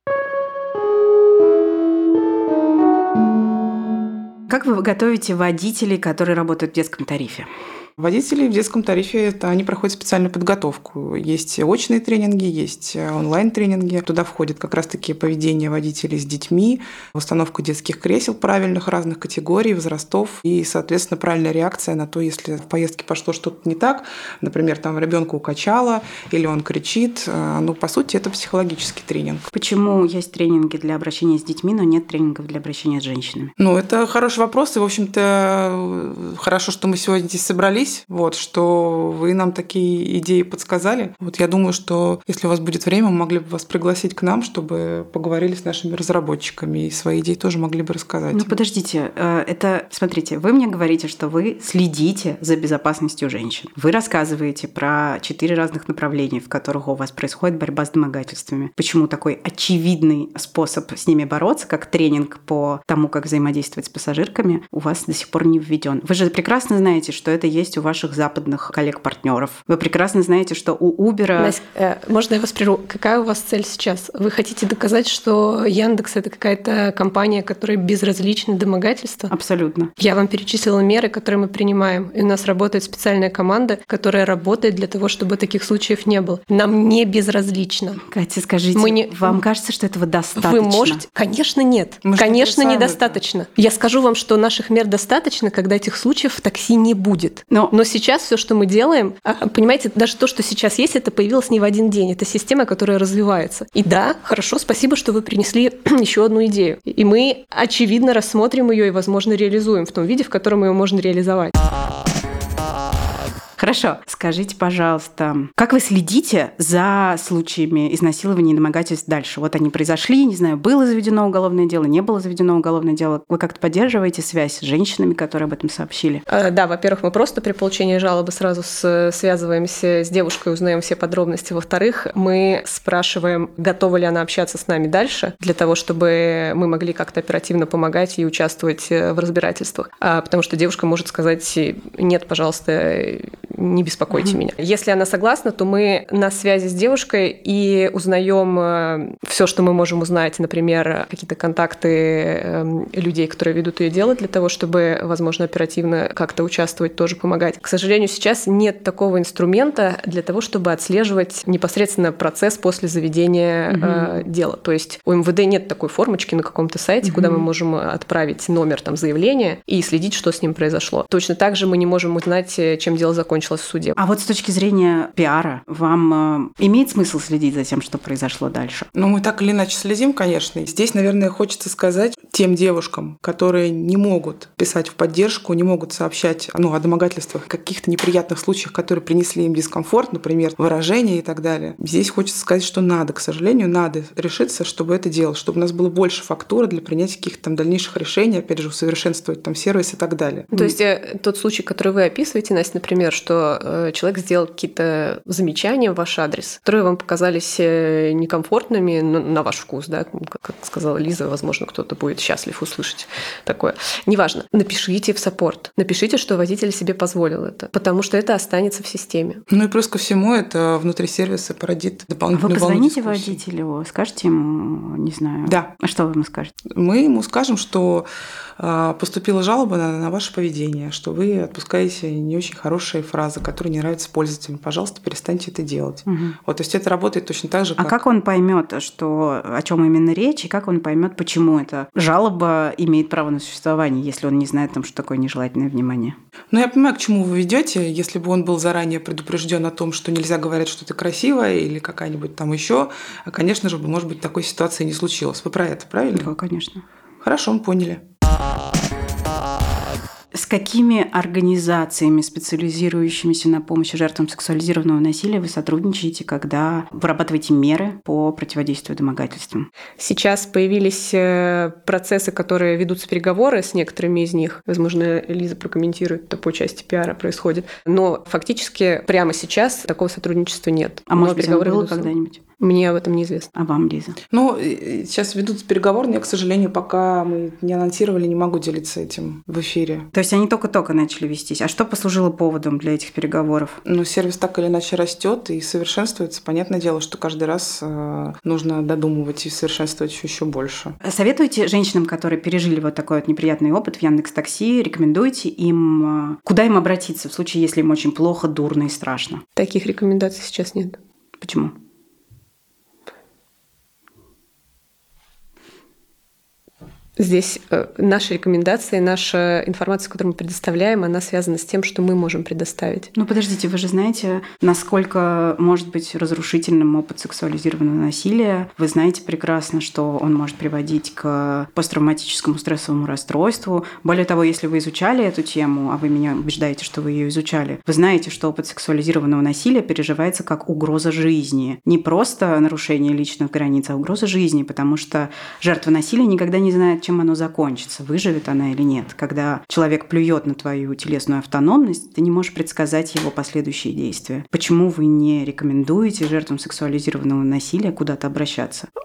Как вы готовите водителей, которые работают в детском тарифе? Водители в детском тарифе, это они проходят специальную подготовку. Есть очные тренинги, есть онлайн-тренинги. Туда входит как раз-таки поведение водителей с детьми, установка детских кресел правильных разных категорий, возрастов и, соответственно, правильная реакция на то, если в поездке пошло что-то не так, например, там ребенка укачало или он кричит. Ну, по сути, это психологический тренинг. Почему есть тренинги для обращения с детьми, но нет тренингов для обращения с женщинами? Ну, это хороший вопрос, и, в общем-то, хорошо, что мы сегодня здесь собрались. Вот, что вы нам такие идеи подсказали. Вот я думаю, что если у вас будет время, мы могли бы вас пригласить к нам, чтобы поговорили с нашими разработчиками и свои идеи тоже могли бы рассказать. Ну, подождите, это, смотрите, вы мне говорите, что вы следите за безопасностью женщин. Вы рассказываете про четыре разных направления, в которых у вас происходит борьба с домогательствами. Почему такой очевидный способ с ними бороться, как тренинг по тому, как взаимодействовать с пассажирками, у вас до сих пор не введен? Вы же прекрасно знаете, что это есть есть у ваших западных коллег-партнеров. Вы прекрасно знаете, что у Uber... Настя, э, можно я вас прерву? Какая у вас цель сейчас? Вы хотите доказать, что Яндекс — это какая-то компания, которая безразлична домогательству? Абсолютно. Я вам перечислила меры, которые мы принимаем. И у нас работает специальная команда, которая работает для того, чтобы таких случаев не было. Нам не безразлично. Катя, скажите, Мы не... вам кажется, что этого достаточно? Вы можете? Конечно, нет. Мы же Конечно, отрицаем недостаточно. Это. Я скажу вам, что наших мер достаточно, когда этих случаев в такси не будет. Но, Но сейчас все, что мы делаем, понимаете, даже то, что сейчас есть, это появилось не в один день. Это система, которая развивается. И да, хорошо, спасибо, что вы принесли еще одну идею. И мы, очевидно, рассмотрим ее и, возможно, реализуем в том виде, в котором ее можно реализовать. Хорошо. Скажите, пожалуйста, как вы следите за случаями изнасилования и домогательств дальше? Вот они произошли, не знаю, было заведено уголовное дело, не было заведено уголовное дело. Вы как-то поддерживаете связь с женщинами, которые об этом сообщили? Да, во-первых, мы просто при получении жалобы сразу с, связываемся с девушкой, узнаем все подробности. Во-вторых, мы спрашиваем, готова ли она общаться с нами дальше, для того, чтобы мы могли как-то оперативно помогать и участвовать в разбирательствах. Потому что девушка может сказать: нет, пожалуйста, не беспокойте mm-hmm. меня. Если она согласна, то мы на связи с девушкой и узнаем все, что мы можем узнать, например, какие-то контакты людей, которые ведут ее дело, для того, чтобы, возможно, оперативно как-то участвовать, тоже помогать. К сожалению, сейчас нет такого инструмента для того, чтобы отслеживать непосредственно процесс после заведения mm-hmm. дела. То есть у эм вэ дэ нет такой формочки на каком-то сайте, mm-hmm. куда мы можем отправить номер там, заявления и следить, что с ним произошло. Точно так же мы не можем узнать, чем дело закончилось в суде. А вот с точки зрения пиара, вам э, имеет смысл следить за тем, что произошло дальше? Ну, мы так или иначе следим, конечно. Здесь, наверное, хочется сказать тем девушкам, которые не могут писать в поддержку, не могут сообщать ну, о домогательствах, каких-то неприятных случаях, которые принесли им дискомфорт, например, выражения и так далее. Здесь хочется сказать, что надо, к сожалению, надо решиться, чтобы это делать, чтобы у нас было больше фактуры для принятия каких-то там дальнейших решений, опять же, усовершенствовать там сервис и так далее. То есть тот случай, который вы описываете, Настя, например, что человек сделал какие-то замечания в ваш адрес, которые вам показались некомфортными на ваш вкус, да, как сказала Лиза, возможно, кто-то будет счастлив услышать такое. Неважно. Напишите в саппорт. Напишите, что водитель себе позволил это, потому что это останется в системе. Ну и плюс ко всему это внутри сервиса породит дополнительную волну дискуссий. Вы позвоните водителю, скажете ему, не знаю. Да. А что вы ему скажете? Мы ему скажем, что поступила жалоба на, на ваше поведение, что вы отпускаете не очень хорошие фразы, которые не нравятся пользователям. Пожалуйста, перестаньте это делать. Угу. Вот, то есть это работает точно так же, как... А как он поймет, что, о чем именно речь, и как он поймет, почему эта жалоба имеет право на существование, если он не знает, там, что такое нежелательное внимание? Ну, я понимаю, к чему вы ведете. Если бы он был заранее предупрежден о том, что нельзя говорить что-то красивое или какая-нибудь там еще, конечно же, может быть, такой ситуации не случилось. Вы про это, правильно? Да, конечно. Хорошо, мы поняли. С какими организациями, специализирующимися на помощи жертвам сексуализированного насилия, вы сотрудничаете, когда вырабатываете меры по противодействию домогательствам? Сейчас появились процессы, которые ведутся переговоры с некоторыми из них. Возможно, Лиза прокомментирует, это по части пиара происходит. Но фактически прямо сейчас такого сотрудничества нет. А Но может быть, оно было когда-нибудь? Мне об этом неизвестно. А вам, Лиза? Ну, сейчас ведутся переговоры, но я, к сожалению, пока мы не анонсировали, не могу делиться этим в эфире. То есть они только-только начали вестись. А что послужило поводом для этих переговоров? Ну, сервис так или иначе растет и совершенствуется. Понятное дело, что каждый раз э, нужно додумывать и совершенствовать еще больше. Советуете женщинам, которые пережили вот такой вот неприятный опыт в Яндекс.Такси, рекомендуете им, куда им обратиться в случае, если им очень плохо, дурно и страшно? Таких рекомендаций сейчас нет. Почему? Здесь э, наши рекомендации, наша информация, которую мы предоставляем, она связана с тем, что мы можем предоставить. Ну, подождите, вы же знаете, насколько может быть разрушительным опыт сексуализированного насилия. Вы знаете прекрасно, что он может приводить к посттравматическому стрессовому расстройству. Более того, если вы изучали эту тему, а вы меня убеждаете, что вы ее изучали, вы знаете, что опыт сексуализированного насилия переживается как угроза жизни. Не просто нарушение личных границ, а угроза жизни, потому что жертва насилия никогда не знает, чем оно закончится, выживет она или нет. Когда человек плюет на твою телесную автономность, ты не можешь предсказать его последующие действия. Почему вы не рекомендуете жертвам сексуализированного насилия куда-то обращаться?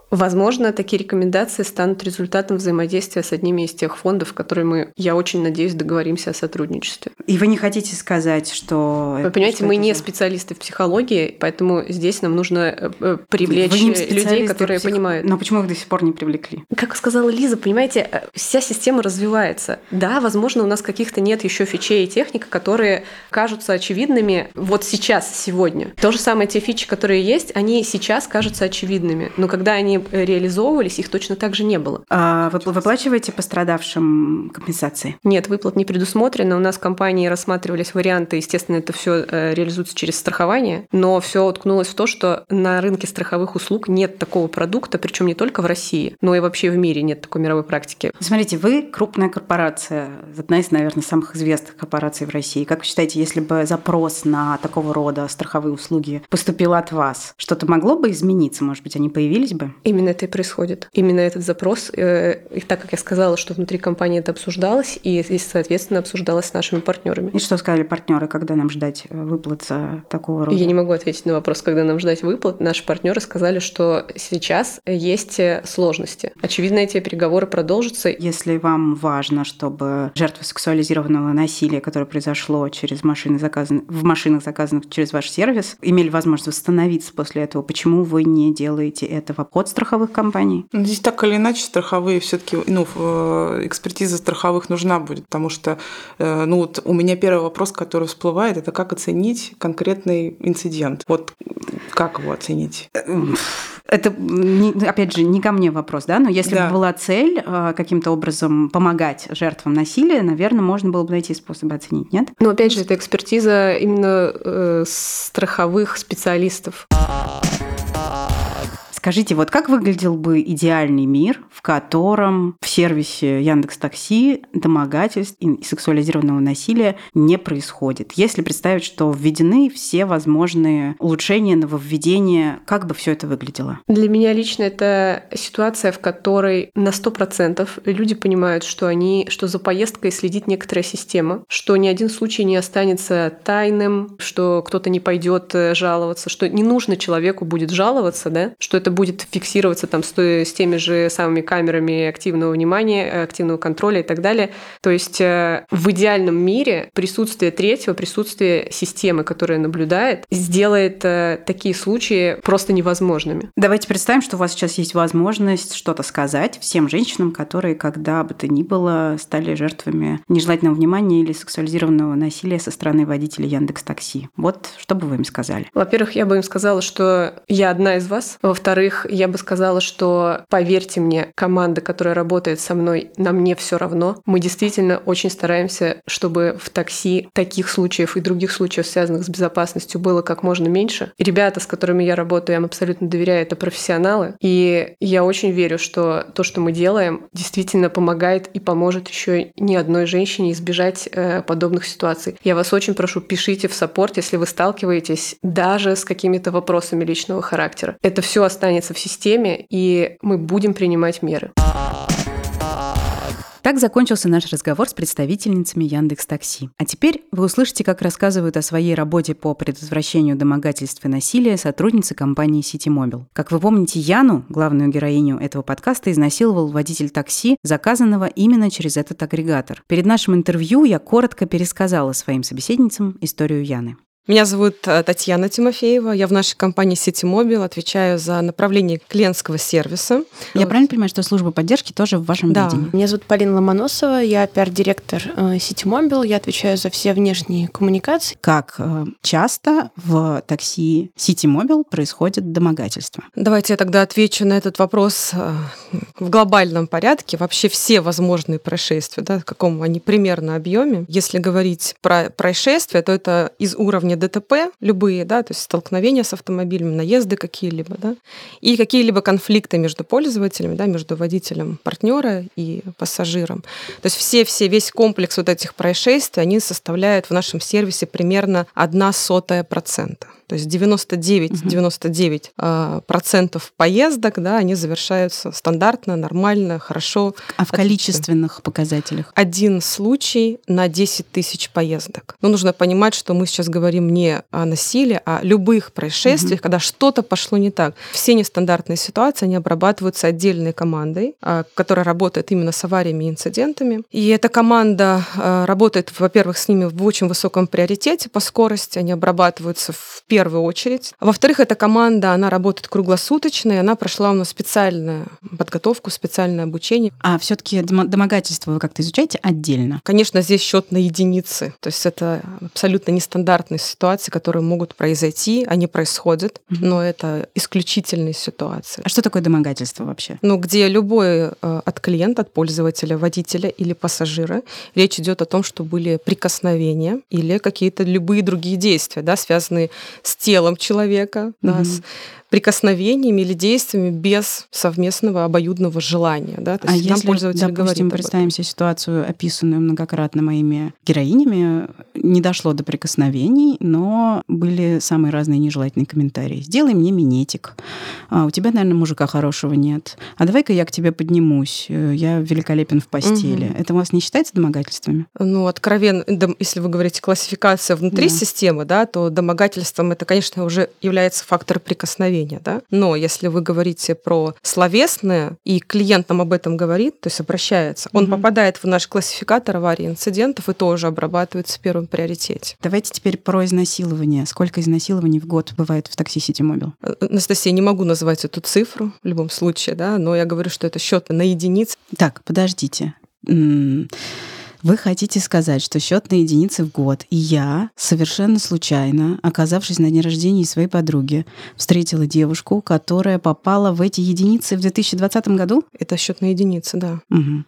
возможно, такие рекомендации станут результатом взаимодействия с одними из тех фондов, которые мы, я очень надеюсь, договоримся о сотрудничестве. И вы не хотите сказать, что... Вы понимаете, что мы это не за... специалисты в психологии, поэтому здесь нам нужно привлечь людей, которые псих... понимают. Но почему их до сих пор не привлекли? Как сказала Лиза, понимаете, вся система развивается. Да, возможно, у нас каких-то нет еще фичей и техник, которые кажутся очевидными вот сейчас, сегодня. То же самое, те фичи, которые есть, они сейчас кажутся очевидными, но когда они реализовывались, их точно так же не было. А вы выплачиваете пострадавшим компенсации? Нет, выплат не предусмотрено. У нас в компании рассматривались варианты, естественно, это все реализуется через страхование, но все уткнулось в то, что на рынке страховых услуг нет такого продукта, причем не только в России, но и вообще в мире нет такой мировой практики. Смотрите, вы крупная корпорация, одна из, наверное, самых известных корпораций в России. Как вы считаете, если бы запрос на такого рода страховые услуги поступил от вас, что-то могло бы измениться? Может быть, они появились бы? Именно это и происходит. Именно этот запрос, и так как я сказала, что внутри компании это обсуждалось, и, и соответственно, обсуждалось с нашими партнерами. И что сказали партнеры, когда нам ждать выплат за такого рода? Я не могу ответить на вопрос, когда нам ждать выплат. Наши партнеры сказали, что сейчас есть сложности. Очевидно, эти переговоры продолжатся. Если вам важно, чтобы жертвы сексуализированного насилия, которое произошло через машины, заказан... в машинах, заказанных через ваш сервис, имели возможность восстановиться после этого, почему вы не делаете это в обход страховых компаний? Здесь так или иначе страховые все-таки, ну, экспертиза страховых нужна будет, потому что, ну, вот у меня первый вопрос, который всплывает, это как оценить конкретный инцидент. Вот как его оценить? Это, опять же, не ко мне вопрос, да, но если да. бы была цель каким-то образом помогать жертвам насилия, наверное, можно было бы найти способы оценить, нет? Но опять же, это экспертиза именно э, страховых специалистов. Скажите, вот как выглядел бы идеальный мир, в котором в сервисе Яндекс.Такси домогательств и сексуализированного насилия не происходит? Если представить, что введены все возможные улучшения, нововведения, как бы все это выглядело? Для меня лично это ситуация, в которой на сто процентов люди понимают, что, они, что за поездкой следит некоторая система, что ни один случай не останется тайным, что кто-то не пойдет жаловаться, что не нужно человеку будет жаловаться, да, что это будет фиксироваться там с, той, с теми же самыми камерами активного внимания, активного контроля и так далее. То есть в идеальном мире присутствие третьего, присутствие системы, которая наблюдает, сделает такие случаи просто невозможными. Давайте представим, что у вас сейчас есть возможность что-то сказать всем женщинам, которые когда бы то ни было стали жертвами нежелательного внимания или сексуализированного насилия со стороны водителя Яндекс.Такси. Вот что бы вы им сказали? Во-первых, я бы им сказала, что я одна из вас. Во-вторых, я бы сказала, что, поверьте мне, команда, которая работает со мной, на мне все равно. Мы действительно очень стараемся, чтобы в такси таких случаев и других случаев, связанных с безопасностью, было как можно меньше. Ребята, с которыми я работаю, я им абсолютно доверяю, это профессионалы. И я очень верю, что то, что мы делаем, действительно помогает и поможет еще ни одной женщине избежать э, подобных ситуаций. Я вас очень прошу, пишите в саппорт, если вы сталкиваетесь даже с какими-то вопросами личного характера. Это все останется в системе, и мы будем принимать меры. Так закончился наш разговор с представительницами Яндекс.Такси. А теперь вы услышите, как рассказывают о своей работе по предотвращению домогательств и насилия сотрудницы компании Ситимобил. Как вы помните, Яну, главную героиню этого подкаста, изнасиловал водитель такси, заказанного именно через этот агрегатор. Перед нашим интервью я коротко пересказала своим собеседницам историю Яны. Меня зовут Татьяна Тимофеева. Я в нашей компании Ситимобил отвечаю за направление клиентского сервиса. Я вот. Правильно понимаю, что служба поддержки тоже в вашем да. видении? Меня зовут Полина Ломоносова, я пиар-директор Ситимобил, я отвечаю за все внешние коммуникации. Как часто в такси Ситимобил происходит домогательство? Давайте я тогда отвечу на этот вопрос в глобальном порядке. Вообще все возможные происшествия, да, в каком они примерно объеме. Если говорить про происшествия, то это из уровня ДТП, любые, да, то есть столкновения с автомобилем, наезды какие-либо, да, и какие-либо конфликты между пользователями, да, между водителем партнера и пассажиром. То есть все, все, весь комплекс вот этих происшествий, они составляют в нашем сервисе примерно одна сотая процента. То есть девяносто девять девяносто девять процентов поездок, да, они завершаются стандартно, нормально, хорошо. А в количественных показателях? Один случай на десять тысяч поездок. Но нужно понимать, что мы сейчас говорим не о насилии, а о любых происшествиях, угу. когда что-то пошло не так. Все нестандартные ситуации, они обрабатываются отдельной командой, которая работает именно с авариями и инцидентами. И эта команда работает, во-первых, с ними в очень высоком приоритете по скорости, они обрабатываются в первую очередь. А во-вторых, эта команда, она работает круглосуточно, и она прошла у нас специальную подготовку, специальное обучение. А все-таки домогательство вы как-то изучаете отдельно? Конечно, здесь счет на единицы. То есть это абсолютно нестандартные ситуации, которые могут произойти, они происходят, mm-hmm. но это исключительные ситуации. А что такое домогательство вообще? Ну, где любой э, от клиента, от пользователя, водителя или пассажира речь идет о том, что были прикосновения или какие-то любые другие действия, да, связанные с телом человека, mm-hmm. да, с прикосновениями или действиями без совместного обоюдного желания. Да? То а есть если, нам пользователь допустим, представим себе ситуацию, описанную многократно моими героинями, не дошло до прикосновений, но были самые разные нежелательные комментарии. «Сделай мне минетик», а, «У тебя, наверное, мужика хорошего нет», «А давай-ка я к тебе поднимусь, я великолепен в постели». Угу. Это у вас не считается домогательствами? Ну, откровенно, если вы говорите классификация внутри да. системы, да, то домогательством это, конечно, уже является фактор прикосновения. Да? Но если вы говорите про словесное, и клиент нам об этом говорит, то есть обращается, он mm-hmm. попадает в наш классификатор аварий и инцидентов и тоже обрабатывается в первом приоритете. Давайте теперь про изнасилование. Сколько изнасилований в год бывает в такси Ситимобил? Анастасия, не могу назвать эту цифру в любом случае, да, но я говорю, что это счет на единицы. Так, подождите. Вы хотите сказать, что счет на единицы в год, и я, совершенно случайно, оказавшись на дне рождения своей подруги, встретила девушку, которая попала в эти единицы в две тысячи двадцатом году? Это счет на единицы, да. Угу.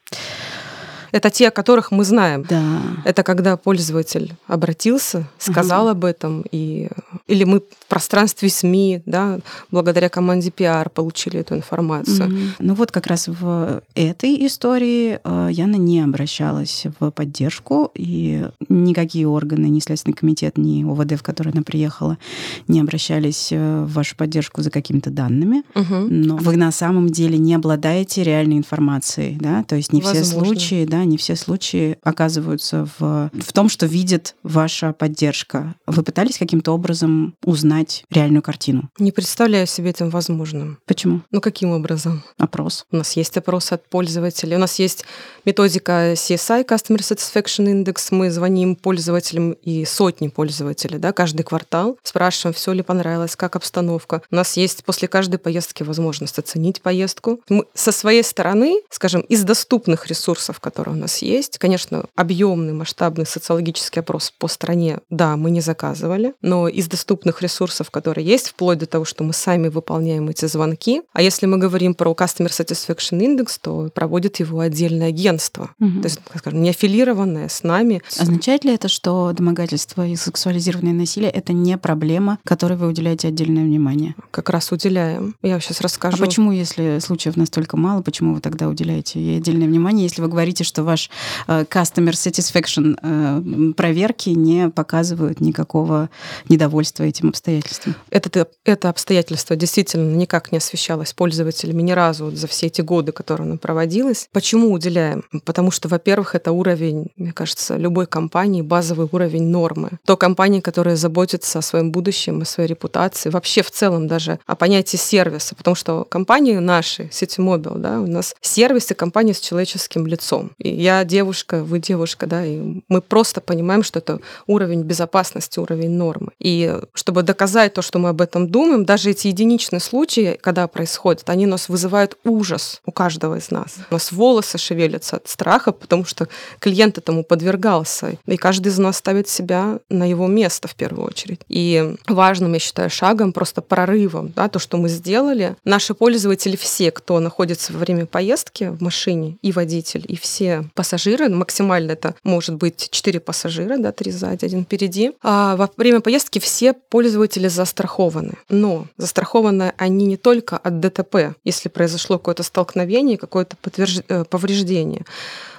Это те, о которых мы знаем. Да. Это когда пользователь обратился, сказал uh-huh. об этом, и... или мы в пространстве СМИ, да, благодаря команде пиар получили эту информацию. Uh-huh. Ну вот как раз в этой истории Яна не обращалась в поддержку, и никакие органы, ни Следственный комитет, ни ОВД, в который она приехала, не обращались в вашу поддержку за какими-то данными. Uh-huh. Но вы на самом деле не обладаете реальной информацией, да, то есть не Возможно. все случаи, да, не все случаи оказываются в, в том, что видит ваша поддержка. Вы пытались каким-то образом узнать реальную картину? Не представляю себе этим возможным. Почему? Ну, каким образом? Опрос. У нас есть опрос от пользователей. У нас есть методика си эс ай, Customer Satisfaction Index. Мы звоним пользователям и сотни пользователей, да, каждый квартал. Спрашиваем, все ли понравилось, как обстановка. У нас есть после каждой поездки возможность оценить поездку. Мы со своей стороны, скажем, из доступных ресурсов, которые у нас есть. Конечно, объемный, масштабный социологический опрос по стране, да, мы не заказывали, но из доступных ресурсов, которые есть, вплоть до того, что мы сами выполняем эти звонки. А если мы говорим про Customer Satisfaction Index, то проводит его отдельное агентство, угу. то есть, скажем, не аффилированное с нами. Означает ли это, что домогательство и сексуализированное насилие — это не проблема, которой вы уделяете отдельное внимание? Как раз уделяем. Я сейчас расскажу. А почему, если случаев настолько мало, почему вы тогда уделяете ей отдельное внимание, если вы говорите, что ваш customer satisfaction проверки не показывают никакого недовольства этим обстоятельством? Это, это обстоятельство действительно никак не освещалось пользователями ни разу за все эти годы, которые оно проводилось. Почему уделяем? Потому что, во-первых, это уровень, мне кажется, любой компании, базовый уровень нормы. То компании, которые заботятся о своем будущем, о своей репутации, вообще в целом даже о понятии сервиса, потому что компании наши, Ситимобил, да, у нас сервис и компания с человеческим лицом. И я девушка, вы девушка, да, и мы просто понимаем, что это уровень безопасности, уровень нормы. И чтобы доказать то, что мы об этом думаем, даже эти единичные случаи, когда происходят, они нас вызывают ужас у каждого из нас. У нас волосы шевелятся от страха, потому что клиент этому подвергался. И каждый из нас ставит себя на его место в первую очередь. И важным, я считаю, шагом, просто прорывом, да, то, что мы сделали. Наши пользователи все, кто находится во время поездки в машине, и водитель, и все пассажиры, максимально это может быть четыре пассажира, да, три сзади, один впереди. А во время поездки все пользователи застрахованы. Но застрахованы они не только от ДТП, если произошло какое-то столкновение, какое-то подтвержд... повреждение.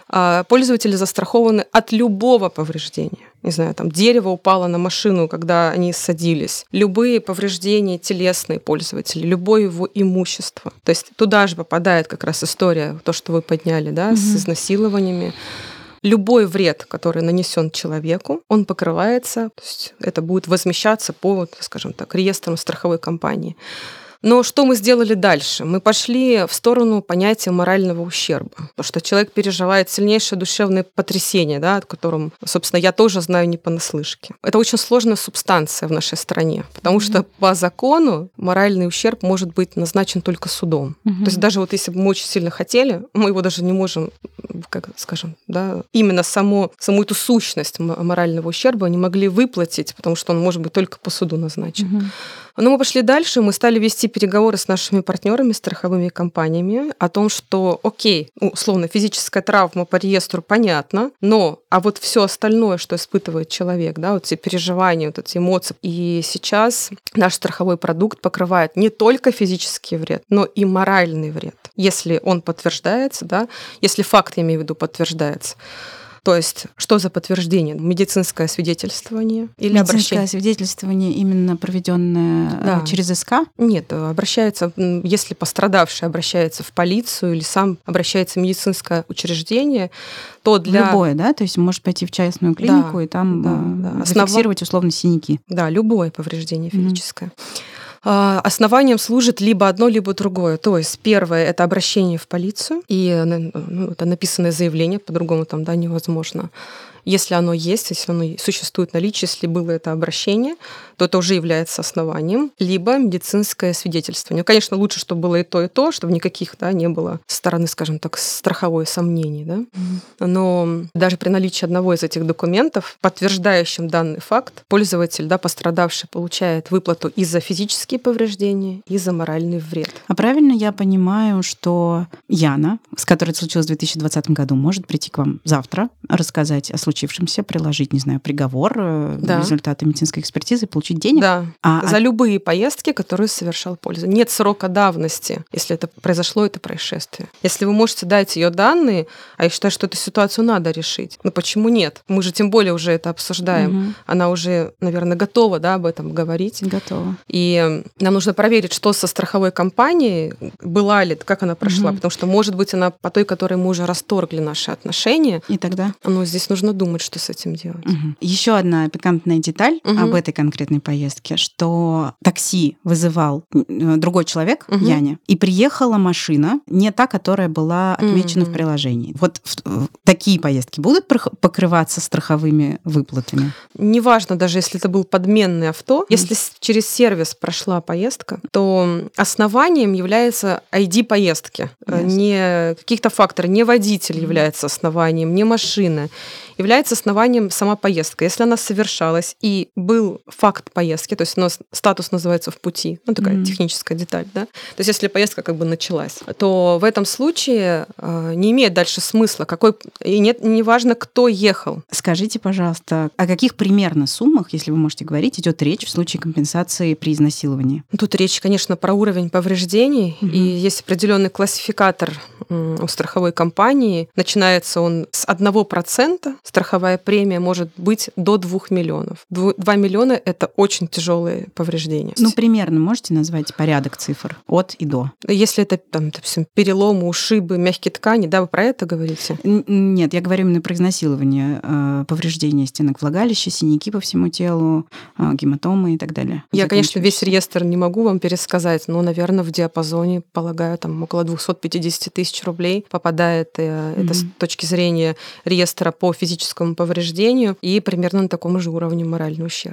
Пользователи застрахованы от любого повреждения. Не знаю, там дерево упало на машину, когда они садились. Любые повреждения телесные пользователи, любое его имущество. То есть туда же попадает как раз история, то, что вы подняли, да, угу. с изнасилованиями. Любой вред, который нанесен человеку, он покрывается, то есть это будет возмещаться по, скажем так, реестрам страховой компании. Но что мы сделали дальше? Мы пошли в сторону понятия морального ущерба. Потому что человек переживает сильнейшее душевное потрясение, да, от которого, собственно, я тоже знаю не понаслышке. Это очень сложная субстанция в нашей стране, потому mm-hmm. что по закону моральный ущерб может быть назначен только судом. Mm-hmm. То есть даже вот если бы мы очень сильно хотели, мы его даже не можем, как скажем, да, именно само, саму эту сущность морального ущерба не могли выплатить, потому что он может быть только по суду назначен. Mm-hmm. Но мы пошли дальше, мы стали вести переговоры с нашими партнерами, страховыми компаниями о том, что, окей, условно, физическая травма по реестру понятно, но а вот все остальное, что испытывает человек, да, вот эти переживания, вот эти эмоции. И сейчас наш страховой продукт покрывает не только физический вред, но и моральный вред, если он подтверждается, да, если факт, я имею в виду, подтверждается. То есть, что за подтверждение? Медицинское свидетельствование или Медицинское обращение? свидетельствование именно проведенное да. через СК? Нет, обращается, если пострадавший обращается в полицию или сам обращается в медицинское учреждение, то для... Любое, да? То есть может пойти в частную клинику да, и там да, да. зафиксировать условно синяки. Да, любое повреждение физическое. Mm-hmm. Основанием служит либо одно, либо другое. То есть первое – это обращение в полицию, и ну, это написанное заявление, по-другому там да, невозможно. Если оно есть, если оно существует в наличии, если было это обращение, то это уже является основанием, либо медицинское свидетельствование. Ну, конечно, лучше, чтобы было и то, и то, чтобы никаких да, не было со стороны, скажем так, страховой сомнений. Да? Mm-hmm. Но даже при наличии одного из этих документов, подтверждающим данный факт, пользователь, да, пострадавший, получает выплату и за физические повреждения, и за моральный вред. А правильно я понимаю, что Яна, с которой это случилось в две тысячи двадцатом году, может прийти к вам завтра, рассказать о случившемся, приложить, не знаю, приговор, да. результаты медицинской экспертизы, получить денег? Да, а, за а... любые поездки, которые совершал пользователь. Нет срока давности, если это произошло, это происшествие. Если вы можете дать ее данные, а я считаю, что эту ситуацию надо решить, но почему нет? Мы же тем более уже это обсуждаем. Угу. Она уже, наверное, готова да, об этом говорить. Готова. И нам нужно проверить, что со страховой компанией, была ли, как она прошла, угу. потому что, может быть, она по той, которой мы уже расторгли наши отношения. И тогда? Но здесь нужно думать, что с этим делать. Угу. Еще одна пикантная деталь угу. об этой конкретной поездке, что такси вызывал другой человек, угу. Яня, и приехала машина, не та, которая была отмечена угу. в приложении. Вот такие поездки будут покрываться страховыми выплатами? Неважно, даже если это был подменный авто, угу. если через сервис прошла поездка, то основанием является ай ди поездки. Yes. Не каких-то факторов, не водитель угу. является основанием, не машина. Является основанием сама поездка. Если она совершалась и был факт поездки, то есть у нас статус называется в пути, ну такая mm-hmm. техническая деталь, да. То есть если поездка как бы началась, то в этом случае э, не имеет дальше смысла, какой и нет, неважно, кто ехал. Скажите, пожалуйста, о каких примерно суммах, если вы можете говорить, идет речь в случае компенсации при изнасиловании? Тут речь, конечно, про уровень повреждений, mm-hmm. и есть определенный классификатор у страховой компании. Начинается он с одного процента. Страховая премия может быть до двух миллионов. Два миллиона – это очень тяжелые повреждения. Ну, примерно можете назвать порядок цифр от и до? Если это, там, допустим, переломы, ушибы, мягкие ткани, да, вы про это говорите? Нет, я говорю именно про изнасилование, повреждения стенок влагалища, синяки по всему телу, гематомы и так далее. Я, конечно, весь реестр не могу вам пересказать, но, наверное, в диапазоне, полагаю, там около двести пятьдесят тысяч рублей попадает mm-hmm. это с точки зрения реестра по физическому повреждению и примерно на таком же уровне моральный ущерб.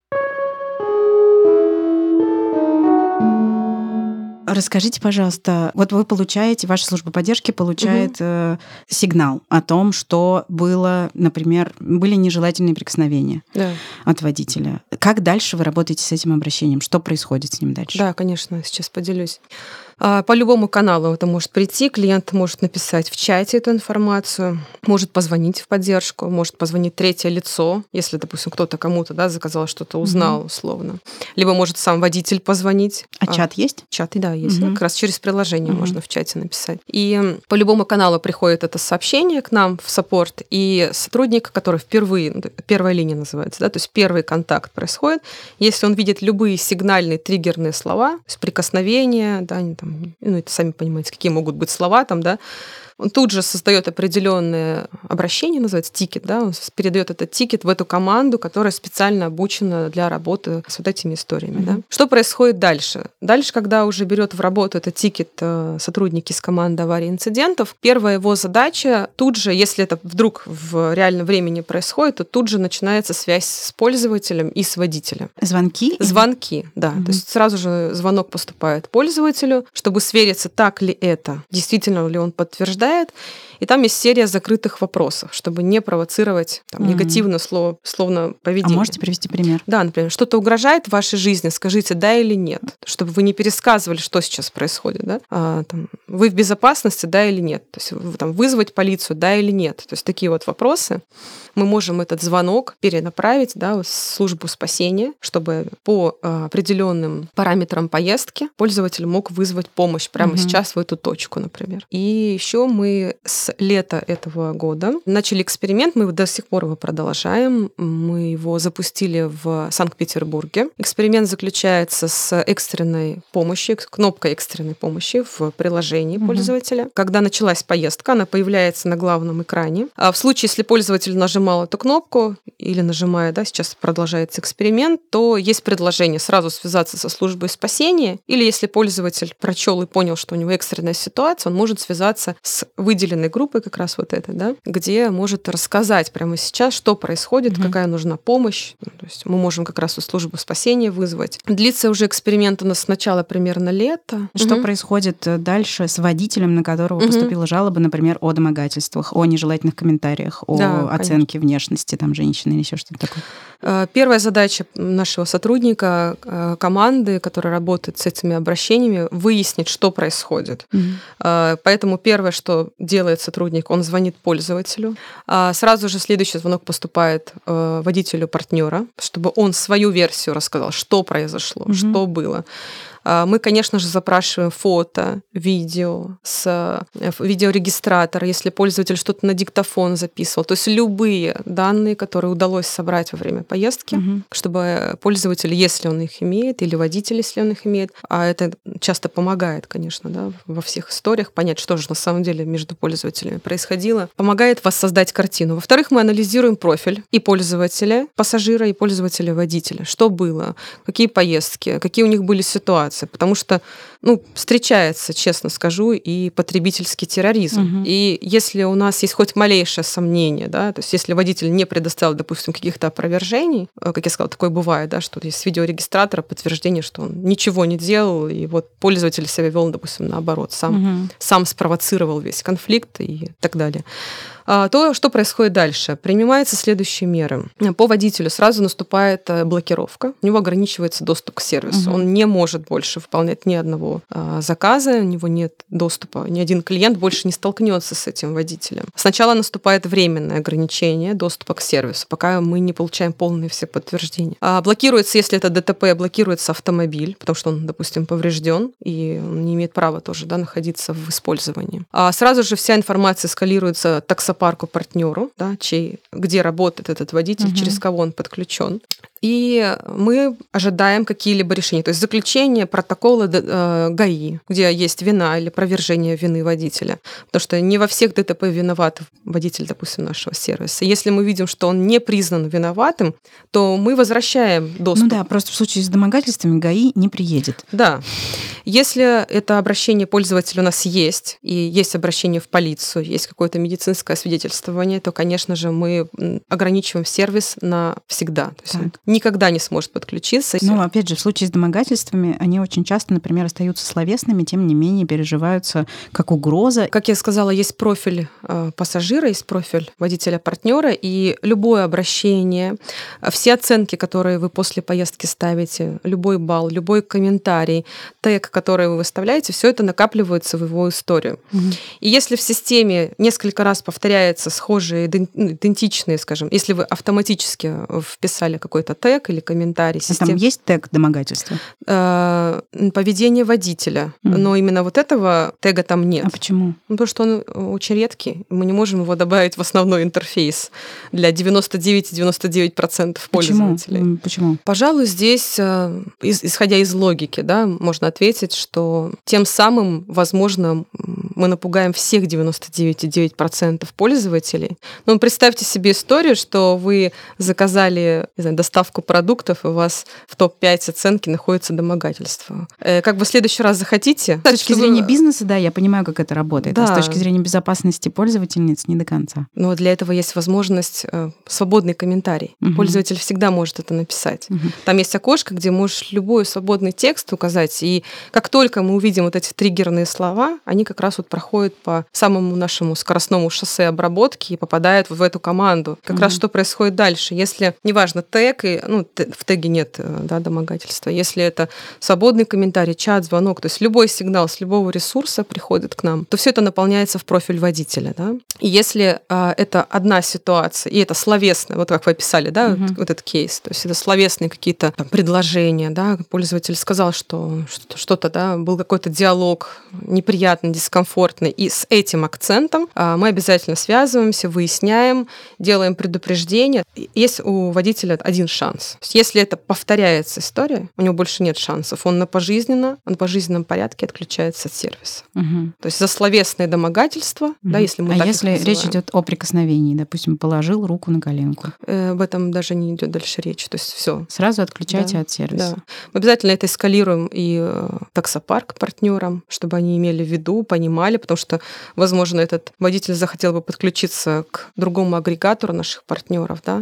Расскажите, пожалуйста, вот вы получаете, ваша служба поддержки получает угу. э, сигнал о том, что было, например, были нежелательные прикосновения да. от водителя. Как дальше вы работаете с этим обращением? Что происходит с ним дальше? Да, конечно, сейчас поделюсь. По любому каналу это может прийти, клиент может написать в чате эту информацию, может позвонить в поддержку, может позвонить третье лицо, если, допустим, кто-то кому-то, да, заказал что-то, узнал mm-hmm. условно. Либо может сам водитель позвонить. А, а чат есть? Чат, да, есть. Mm-hmm. Как раз через приложение mm-hmm. можно в чате написать. И по любому каналу приходит это сообщение к нам в саппорт, и сотрудник, который впервые, первая линия называется, да, то есть первый контакт происходит, если он видит любые сигнальные триггерные слова, то есть прикосновения, да, они там, ну, это сами понимаете, какие могут быть слова там, да, он тут же создает определенное обращение, называется тикет, да, он передает этот тикет в эту команду, которая специально обучена для работы с вот этими историями. Mm-hmm. Да. Что происходит дальше? Дальше, когда уже берет в работу этот тикет сотрудники из команды аварий и инцидентов, первая его задача тут же, если это вдруг в реальном времени происходит, то тут же начинается связь с пользователем и с водителем. Звонки? Звонки, да. Mm-hmm. То есть сразу же звонок поступает пользователю, чтобы свериться, так ли это, действительно ли он подтверждает. И там есть серия закрытых вопросов, чтобы не провоцировать там, mm-hmm. негативное слово, словно поведение. А можете привести пример? Да, например, что-то угрожает в вашей жизни, скажите да или нет, чтобы вы не пересказывали, что сейчас происходит. Да? А, там, вы в безопасности, да или нет? То есть там, вызвать полицию, да или нет? То есть такие вот вопросы. Мы можем этот звонок перенаправить, да, в службу спасения, чтобы по определенным параметрам поездки пользователь мог вызвать помощь прямо mm-hmm. сейчас в эту точку, например. И еще мы с лета этого года начали эксперимент, мы до сих пор его продолжаем. Мы его запустили в Санкт-Петербурге. Эксперимент заключается с экстренной помощью, кнопкой экстренной помощи в приложении mm-hmm. пользователя. Когда началась поездка, она появляется на главном экране. А в случае, если пользователь нажимал эту кнопку или нажимая, да, сейчас продолжается эксперимент, то есть предложение сразу связаться со службой спасения, или если пользователь прочел и понял, что у него экстренная ситуация, он может связаться с выделенной группой, как раз вот этой, да, где может рассказать прямо сейчас, что происходит, mm-hmm. какая нужна помощь. Ну, то есть мы можем как раз у службы спасения вызвать. Длится уже эксперимент у нас с начала примерно лета. Что mm-hmm. происходит дальше с водителем, на которого mm-hmm. поступила жалоба, например, о домогательствах, о нежелательных комментариях, о да, оценке конечно. Внешности там женщины или еще что-то такое? Первая задача нашего сотрудника, команды, которая работает с этими обращениями, выяснить, что происходит. Mm-hmm. Поэтому первое, что делает сотрудник, он звонит пользователю. Сразу же следующий звонок поступает водителю партнера, чтобы он свою версию рассказал, что произошло, mm-hmm. что было. Мы, конечно же, запрашиваем фото, видео с видеорегистратора, если пользователь что-то на диктофон записывал. То есть любые данные, которые удалось собрать во время поездки, угу. чтобы пользователь, если он их имеет, или водитель, если он их имеет, а это часто помогает, конечно, да, во всех историях понять, что же на самом деле между пользователями происходило, помогает воссоздать картину. Во-вторых, мы анализируем профиль и пользователя, пассажира, и пользователя-водителя. Что было, какие поездки, какие у них были ситуации. Потому что, ну, встречается, честно скажу, и потребительский терроризм. Угу. И если у нас есть хоть малейшее сомнение, да, то есть если водитель не предоставил, допустим, каких-то опровержений, как я сказала, такое бывает, да, что есть с видеорегистратора подтверждение, что он ничего не делал, и вот пользователь себя вел, допустим, наоборот, сам, угу. сам спровоцировал весь конфликт и так далее. То, что происходит дальше. Принимаются следующие меры. По водителю сразу наступает блокировка. У него ограничивается доступ к сервису. Угу. Он не может больше выполнять ни одного заказа, у него нет доступа, ни один клиент больше не столкнется с этим водителем. Сначала наступает временное ограничение доступа к сервису, пока мы не получаем полные все подтверждения. Блокируется, если это ДТП, блокируется автомобиль, потому что он, допустим, поврежден, и он не имеет права тоже, да, находиться в использовании. А сразу же вся информация эскалируется таксопарку партнеру, да, чей, где работает этот водитель, угу. через кого он подключен. И мы ожидаем какие-либо решения. То есть заключение протокола ГАИ, где есть вина или опровержение вины водителя. Потому что не во всех ДТП виноват водитель, допустим, нашего сервиса. Если мы видим, что он не признан виноватым, то мы возвращаем доступ. Ну да, просто в случае с домогательствами ГАИ не приедет. Да. Если это обращение пользователя у нас есть, и есть обращение в полицию, есть какое-то медицинское свидетельствование, то, конечно же, мы ограничиваем сервис навсегда. То есть он никогда не сможет подключиться. Ну, опять же, в случае с домогательствами они очень часто, например, остаются словесными, тем не менее переживаются как угроза. Как я сказала, есть профиль э, пассажира, есть профиль водителя-партнера, и любое обращение, все оценки, которые вы после поездки ставите, любой балл, любой комментарий, тег, который вы выставляете, все это накапливается в его историю. Mm-hmm. И если в системе несколько раз повторяется схожие, идентичные, скажем, если вы автоматически вписали какой-то тег или комментарий, а систем... там есть тег домогательства? Э, поведение водителя, mm-hmm. но именно вот этого тега там нет. А почему? Ну, потому что он очень редкий, мы не можем его добавить в основной интерфейс для девяносто девять целых девяносто девять сотых процента пользователей. Почему? Почему? Пожалуй, здесь, исходя из логики, да, можно ответить, что тем самым, возможно, мы напугаем всех девяносто девять целых девять десятых процента пользователей. Но представьте себе историю, что вы заказали, не знаю, доставку продуктов, и у вас в топ пять оценки находится домогательство. Как бы в следующий раз захотите... С точки зрения бизнеса, да, я понимаю, как это работает. Да. А с точки зрения безопасности пользовательниц не до конца. Но для этого есть возможность э, свободный комментарий. Угу. Пользователь всегда может это написать. Угу. Там есть окошко, где можешь любой свободный текст указать, и как только мы увидим вот эти триггерные слова, они как раз вот проходят по самому нашему скоростному шоссе обработки и попадают в эту команду. Как угу. раз что происходит дальше. Если, неважно, тег, и, ну, в теге нет, да, домогательства, если это свободный комментарий, чат, звонок, то есть любой сигнал с любого ресурса приходит к нам, то все это наполняется в профиль водителя. Да? И если а, это одна ситуация, и это словесная, вот как вы описали, да, uh-huh. вот, вот этот кейс, то есть это словесные какие-то там предложения, да, пользователь сказал, что что-то, да, был какой-то диалог неприятный, дискомфортный, и с этим акцентом а, мы обязательно связываемся, выясняем, делаем предупреждение. Есть у водителя один шанс. То есть если это повторяется история, у него больше нет шансов, он на пожизненно, он в пожизненном порядке отключается от сервиса. Uh-huh. То есть за словесное домогательство, uh-huh. да, если мы а так если речь идет о прикосновении, допустим, положил руку на коленку? Э, об этом даже не идет дальше речь. То есть все. Сразу отключайте да, от сервиса. Да. Мы обязательно это эскалируем и э, таксопарк партнерам, чтобы они имели в виду, понимали, потому что, возможно, этот водитель захотел бы подключиться к другому агрегатору наших партнеров, да.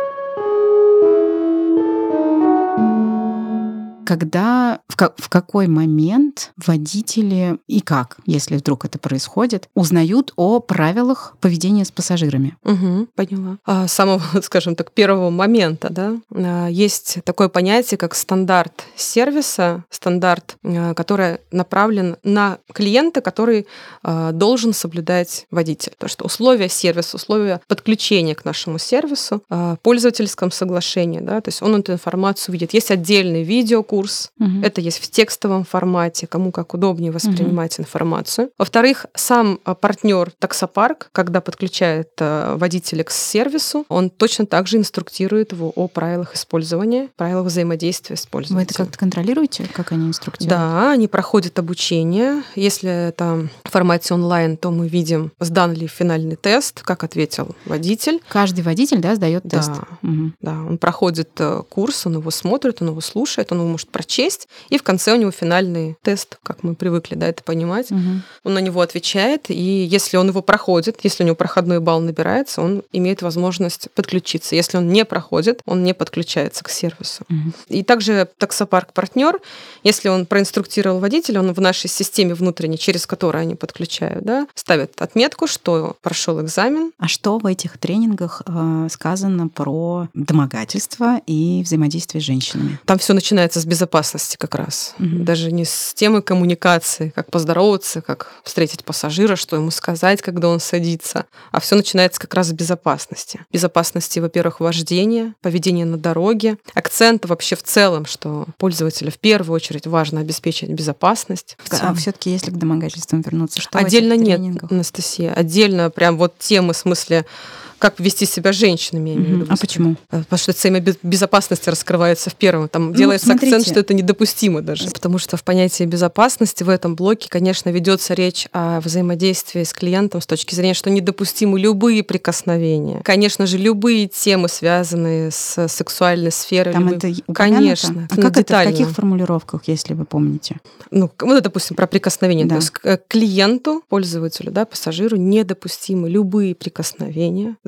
Когда, в, как, в какой момент водители и как, если вдруг это происходит, узнают о правилах поведения с пассажирами? Угу, поняла. А с самого, скажем так, первого момента, да, есть такое понятие, как стандарт сервиса, стандарт, который направлен на клиента, который должен соблюдать водитель. То, что условия сервиса, условия подключения к нашему сервису, пользовательском соглашении, да, то есть он эту информацию видит. Есть отдельный видеокурс, Угу. Это есть в текстовом формате, кому как удобнее воспринимать угу. информацию. Во-вторых, сам партнер таксопарк, когда подключает водителя к сервису, он точно так же инструктирует его о правилах использования, правилах взаимодействия с пользователем. Вы это как-то контролируете, как они инструктируют? Да, они проходят обучение. Если это в формате онлайн, то мы видим, сдан ли финальный тест, как ответил водитель. Каждый водитель, да, сдает да, тест. Угу. Да, он проходит курс, он его смотрит, он его слушает, он его может прочесть, и в конце у него финальный тест, как мы привыкли, да, это понимать. Угу. Он на него отвечает, и если он его проходит, если у него проходной балл набирается, он имеет возможность подключиться. Если он не проходит, он не подключается к сервису. Угу. И также таксопарк-партнер, если он проинструктировал водителя, он в нашей системе внутренней, через которую они подключают, да, ставит отметку, что прошел экзамен. А что в этих тренингах э, сказано про домогательство и взаимодействие с женщинами? Там все начинается с безопасности как раз. Угу. Даже не с темы коммуникации, как поздороваться, как встретить пассажира, что ему сказать, когда он садится. А все начинается как раз с безопасности. Безопасности, во-первых, вождения, поведения на дороге. Акцент вообще в целом, что пользователю в первую очередь важно обеспечить безопасность. А все-таки если к домогательствам вернуться, что отдельно в этих нет, тренингах? Анастасия. Отдельно прям вот темы в смысле как вести себя женщинами, я имею в виду. А почему? Потому что тема безопасности раскрывается в первом. Там ну, делается смотрите. акцент, что это недопустимо даже. Потому что в понятии безопасности в этом блоке, конечно, ведется речь о взаимодействии с клиентом с точки зрения, что недопустимы любые прикосновения. Конечно же, любые темы, связанные с сексуальной сферой. Там любые... это конечно. А как детально. Это, в каких формулировках, если вы помните? Ну, вот, допустим, про прикосновение. Да. То есть к клиенту, пользователю, да, пассажиру недопустимы любые прикосновения.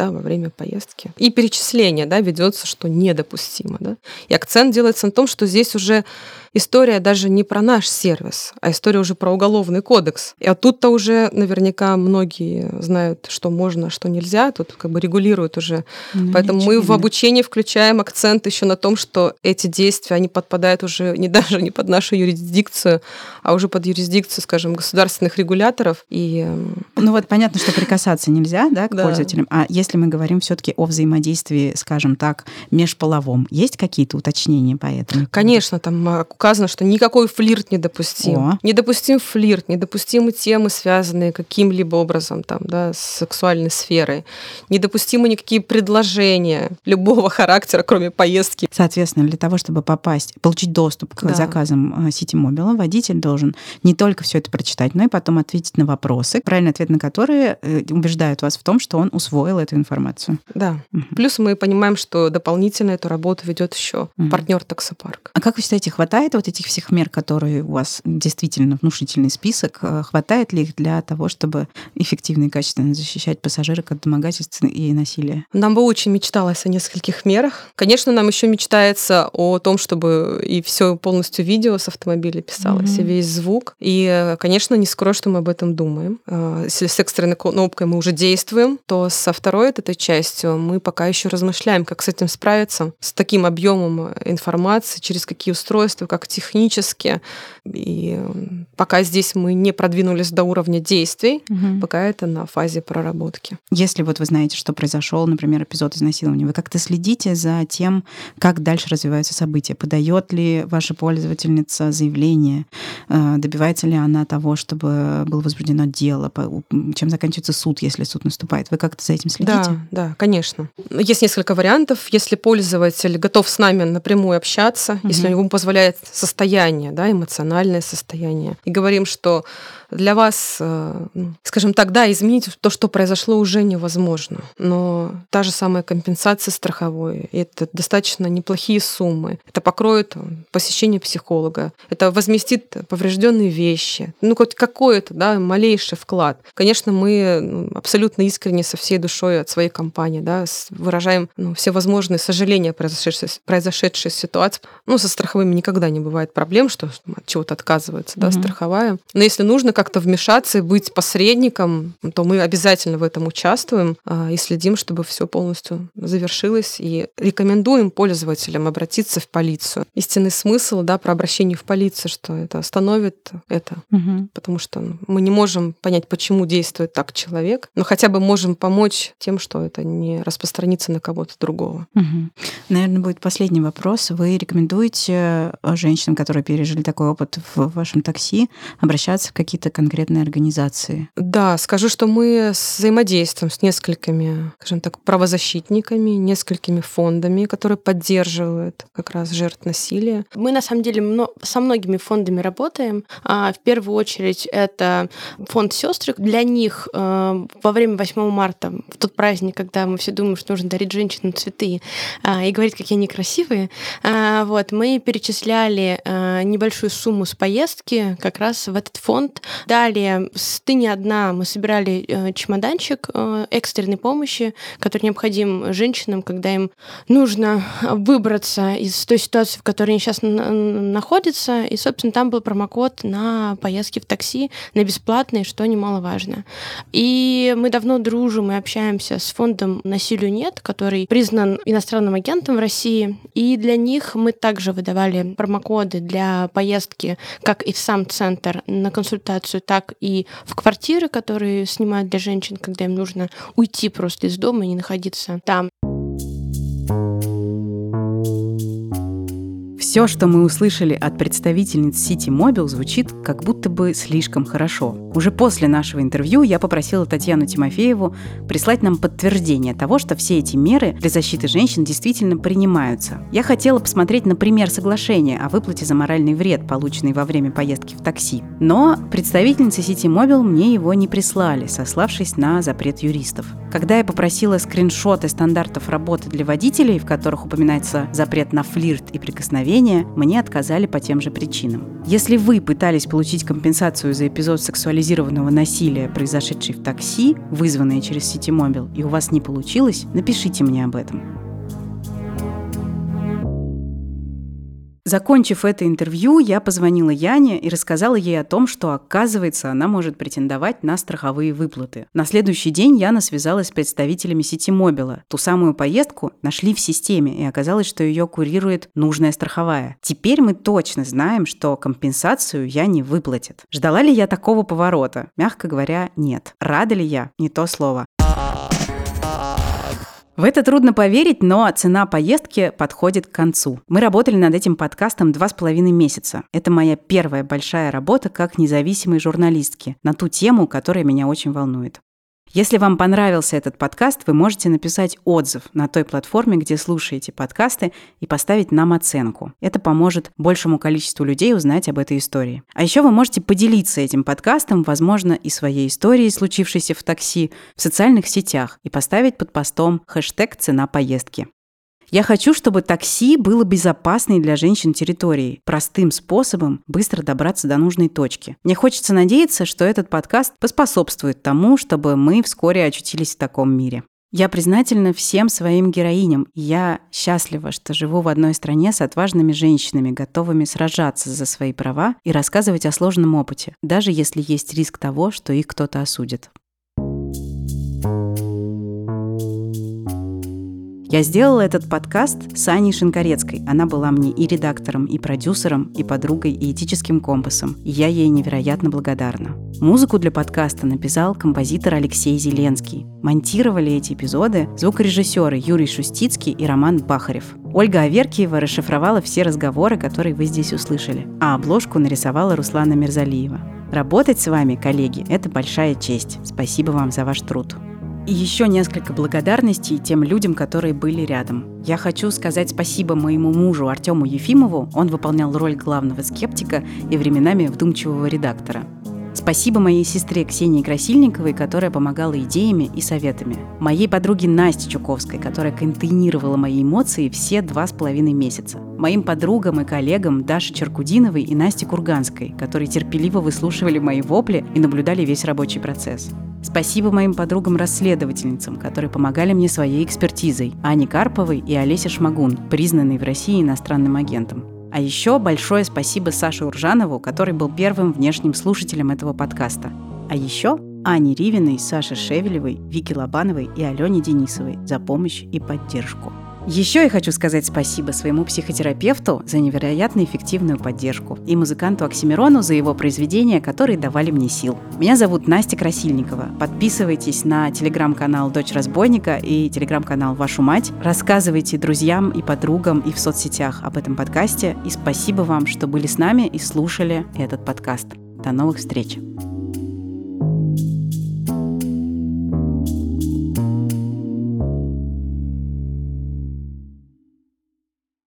да, во время поездки. И перечисление, да, ведется, что недопустимо, да. И акцент делается на том, что здесь уже история даже не про наш сервис, а история уже про уголовный кодекс. И тут-то уже наверняка многие знают, что можно, что нельзя. Тут как бы регулируют уже. Ну, Поэтому мы в обучении включаем акцент еще на том, что эти действия, они подпадают уже не даже не под нашу юрисдикцию, а уже под юрисдикцию, скажем, государственных регуляторов. И... Ну вот понятно, что прикасаться нельзя, да, к да. пользователям. А если мы говорим все-таки о взаимодействии, скажем так, межполовом, есть какие-то уточнения по этому? Конечно, там указано, что никакой флирт недопустим. О. Недопустим флирт, недопустимы темы, связанные каким-либо образом там, да, с сексуальной сферой. Недопустимы никакие предложения любого характера, кроме поездки. Соответственно, для того, чтобы попасть, получить доступ к да. заказам Ситимобила, водитель должен не только все это прочитать, но и потом ответить на вопросы, правильный ответ на которые убеждают вас в том, что он усвоил эту информацию. Да. Угу. Плюс мы понимаем, что дополнительно эту работу ведет еще угу. партнер таксопарк. А как вы считаете, хватает вот этих всех мер, которые у вас действительно внушительный список, хватает ли их для того, чтобы эффективно и качественно защищать пассажирок от домогательств и насилия? Нам бы очень мечталось о нескольких мерах. Конечно, нам еще мечтается о том, чтобы и все полностью видео с автомобиля писалось, mm-hmm. и весь звук. И, конечно, не скрою, что мы об этом думаем. Если с экстренной кнопкой мы уже действуем, то со второй этой частью мы пока еще размышляем, как с этим справиться, с таким объемом информации, через какие устройства, как технически. И пока здесь мы не продвинулись до уровня действий, угу. пока это на фазе проработки. Если вот вы знаете, что произошел, например, эпизод изнасилования, вы как-то следите за тем, как дальше развиваются события? Подает ли ваша пользовательница заявление? Добивается ли она того, чтобы было возбуждено дело? Чем заканчивается суд, если суд наступает? Вы как-то за этим следите? Да, да, конечно. Есть несколько вариантов. Если пользователь готов с нами напрямую общаться, угу. если у него позволяет состояние, да, эмоциональное состояние, и говорим, что для вас, скажем так, да, изменить то, что произошло, уже невозможно. Но та же самая компенсация страховой, это достаточно неплохие суммы. Это покроет посещение психолога, это возместит поврежденные вещи. Ну, хоть какой-то, да, малейший вклад. Конечно, мы абсолютно искренне со всей душой от своей компании, да, выражаем ну, все возможные сожаления произошедшей, произошедшей ситуации. Ну, со страховыми никогда не бывает проблем, что от чего-то отказывается, да, mm-hmm. страховая. Но если нужно как-то вмешаться и быть посредником, то мы обязательно в этом участвуем и следим, чтобы все полностью завершилось. И рекомендуем пользователям обратиться в полицию. Истинный смысл, да, про обращение в полицию, что это остановит это. Угу. Потому что мы не можем понять, почему действует так человек, но хотя бы можем помочь тем, что это не распространится на кого-то другого. Угу. Наверное, будет последний вопрос. Вы рекомендуете женщинам, которые пережили такой опыт в вашем такси, обращаться в какие-то конкретные организации? Да, скажу, что мы взаимодействуем с несколькими, скажем так, правозащитниками, несколькими фондами, которые поддерживают как раз жертв насилия. Мы, на самом деле, со многими фондами работаем. В первую очередь, это фонд «Сёстры». Для них во время восьмого марта, в тот праздник, когда мы все думаем, что нужно дарить женщинам цветы и говорить, какие они красивые, вот, мы перечисляли небольшую сумму с поездки как раз в этот фонд. Далее, с «Ты не одна» мы собирали чемоданчик экстренной помощи, который необходим женщинам, когда им нужно выбраться из той ситуации, в которой они сейчас находятся. И, собственно, там был промокод на поездки в такси, на бесплатные, что немаловажно. И мы давно дружим и общаемся с фондом «Насилию нет», который признан иностранным агентом в России. И для них мы также выдавали промокоды для поездки как и в сам центр на консультацию, так и в квартиры, которые снимают для женщин, когда им нужно уйти просто из дома и не находиться там. Все, что мы услышали от представительниц Ситимобил, звучит как будто бы слишком хорошо. Уже после нашего интервью я попросила Татьяну Тимофееву прислать нам подтверждение того, что все эти меры для защиты женщин действительно принимаются. Я хотела посмотреть на пример соглашения о выплате за моральный вред, полученный во время поездки в такси. Но представительницы Ситимобил мне его не прислали, сославшись на запрет юристов. Когда я попросила скриншоты стандартов работы для водителей, в которых упоминается запрет на флирт и прикосновение, проникновения, мне отказали по тем же причинам. Если вы пытались получить компенсацию за эпизод сексуализированного насилия, произошедший в такси, вызванное через Ситимобил, и у вас не получилось, напишите мне об этом. Закончив это интервью, я позвонила Яне и рассказала ей о том, что, оказывается, она может претендовать на страховые выплаты. На следующий день Яна связалась с представителями Ситимобила. Ту самую поездку нашли в системе, и оказалось, что ее курирует нужная страховая. Теперь мы точно знаем, что компенсацию Яне выплатят. Ждала ли я такого поворота? Мягко говоря, нет. Рада ли я? Не то слово. В это трудно поверить, но цена поездки подходит к концу. Мы работали над этим подкастом два с половиной месяца. Это моя первая большая работа как независимой журналистки на ту тему, которая меня очень волнует. Если вам понравился этот подкаст, вы можете написать отзыв на той платформе, где слушаете подкасты, и поставить нам оценку. Это поможет большему количеству людей узнать об этой истории. А еще вы можете поделиться этим подкастом, возможно, и своей историей, случившейся в такси, в социальных сетях, и поставить под постом хэштег «Цена поездки». Я хочу, чтобы такси было безопасной для женщин территорией, простым способом быстро добраться до нужной точки. Мне хочется надеяться, что этот подкаст поспособствует тому, чтобы мы вскоре очутились в таком мире. Я признательна всем своим героиням. Я счастлива, что живу в одной стране с отважными женщинами, готовыми сражаться за свои права и рассказывать о сложном опыте, даже если есть риск того, что их кто-то осудит. Я сделала этот подкаст с Аней Шинкарецкой. Она была мне и редактором, и продюсером, и подругой, и этическим компасом. И я ей невероятно благодарна. Музыку для подкаста написал композитор Алексей Зеленский. Монтировали эти эпизоды звукорежиссеры Юрий Шустицкий и Роман Бахарев. Ольга Аверкиева расшифровала все разговоры, которые вы здесь услышали. А обложку нарисовала Руслана Мирзалиева. Работать с вами, коллеги, это большая честь. Спасибо вам за ваш труд. И еще несколько благодарностей тем людям, которые были рядом. Я хочу сказать спасибо моему мужу Артему Ефимову. Он выполнял роль главного скептика и временами вдумчивого редактора. Спасибо моей сестре Ксении Красильниковой, которая помогала идеями и советами. Моей подруге Насте Чуковской, которая контейнировала мои эмоции все два с половиной месяца. Моим подругам и коллегам Даше Черкудиновой и Насте Курганской, которые терпеливо выслушивали мои вопли и наблюдали весь рабочий процесс. Спасибо моим подругам-расследовательницам, которые помогали мне своей экспертизой, Ане Карповой и Олесе Шмагун, признанной в России иностранным агентом. А еще большое спасибо Саше Уржанову, который был первым внешним слушателем этого подкаста. А еще Ане Ривиной, Саше Шевелевой, Вике Лобановой и Алене Денисовой за помощь и поддержку. Еще я хочу сказать спасибо своему психотерапевту за невероятно эффективную поддержку и музыканту Оксимирону за его произведения, которые давали мне сил. Меня зовут Настя Красильникова. Подписывайтесь на телеграм-канал «Дочь разбойника» и телеграм-канал «Вашу мать». Рассказывайте друзьям и подругам и в соцсетях об этом подкасте. И спасибо вам, что были с нами и слушали этот подкаст. До новых встреч!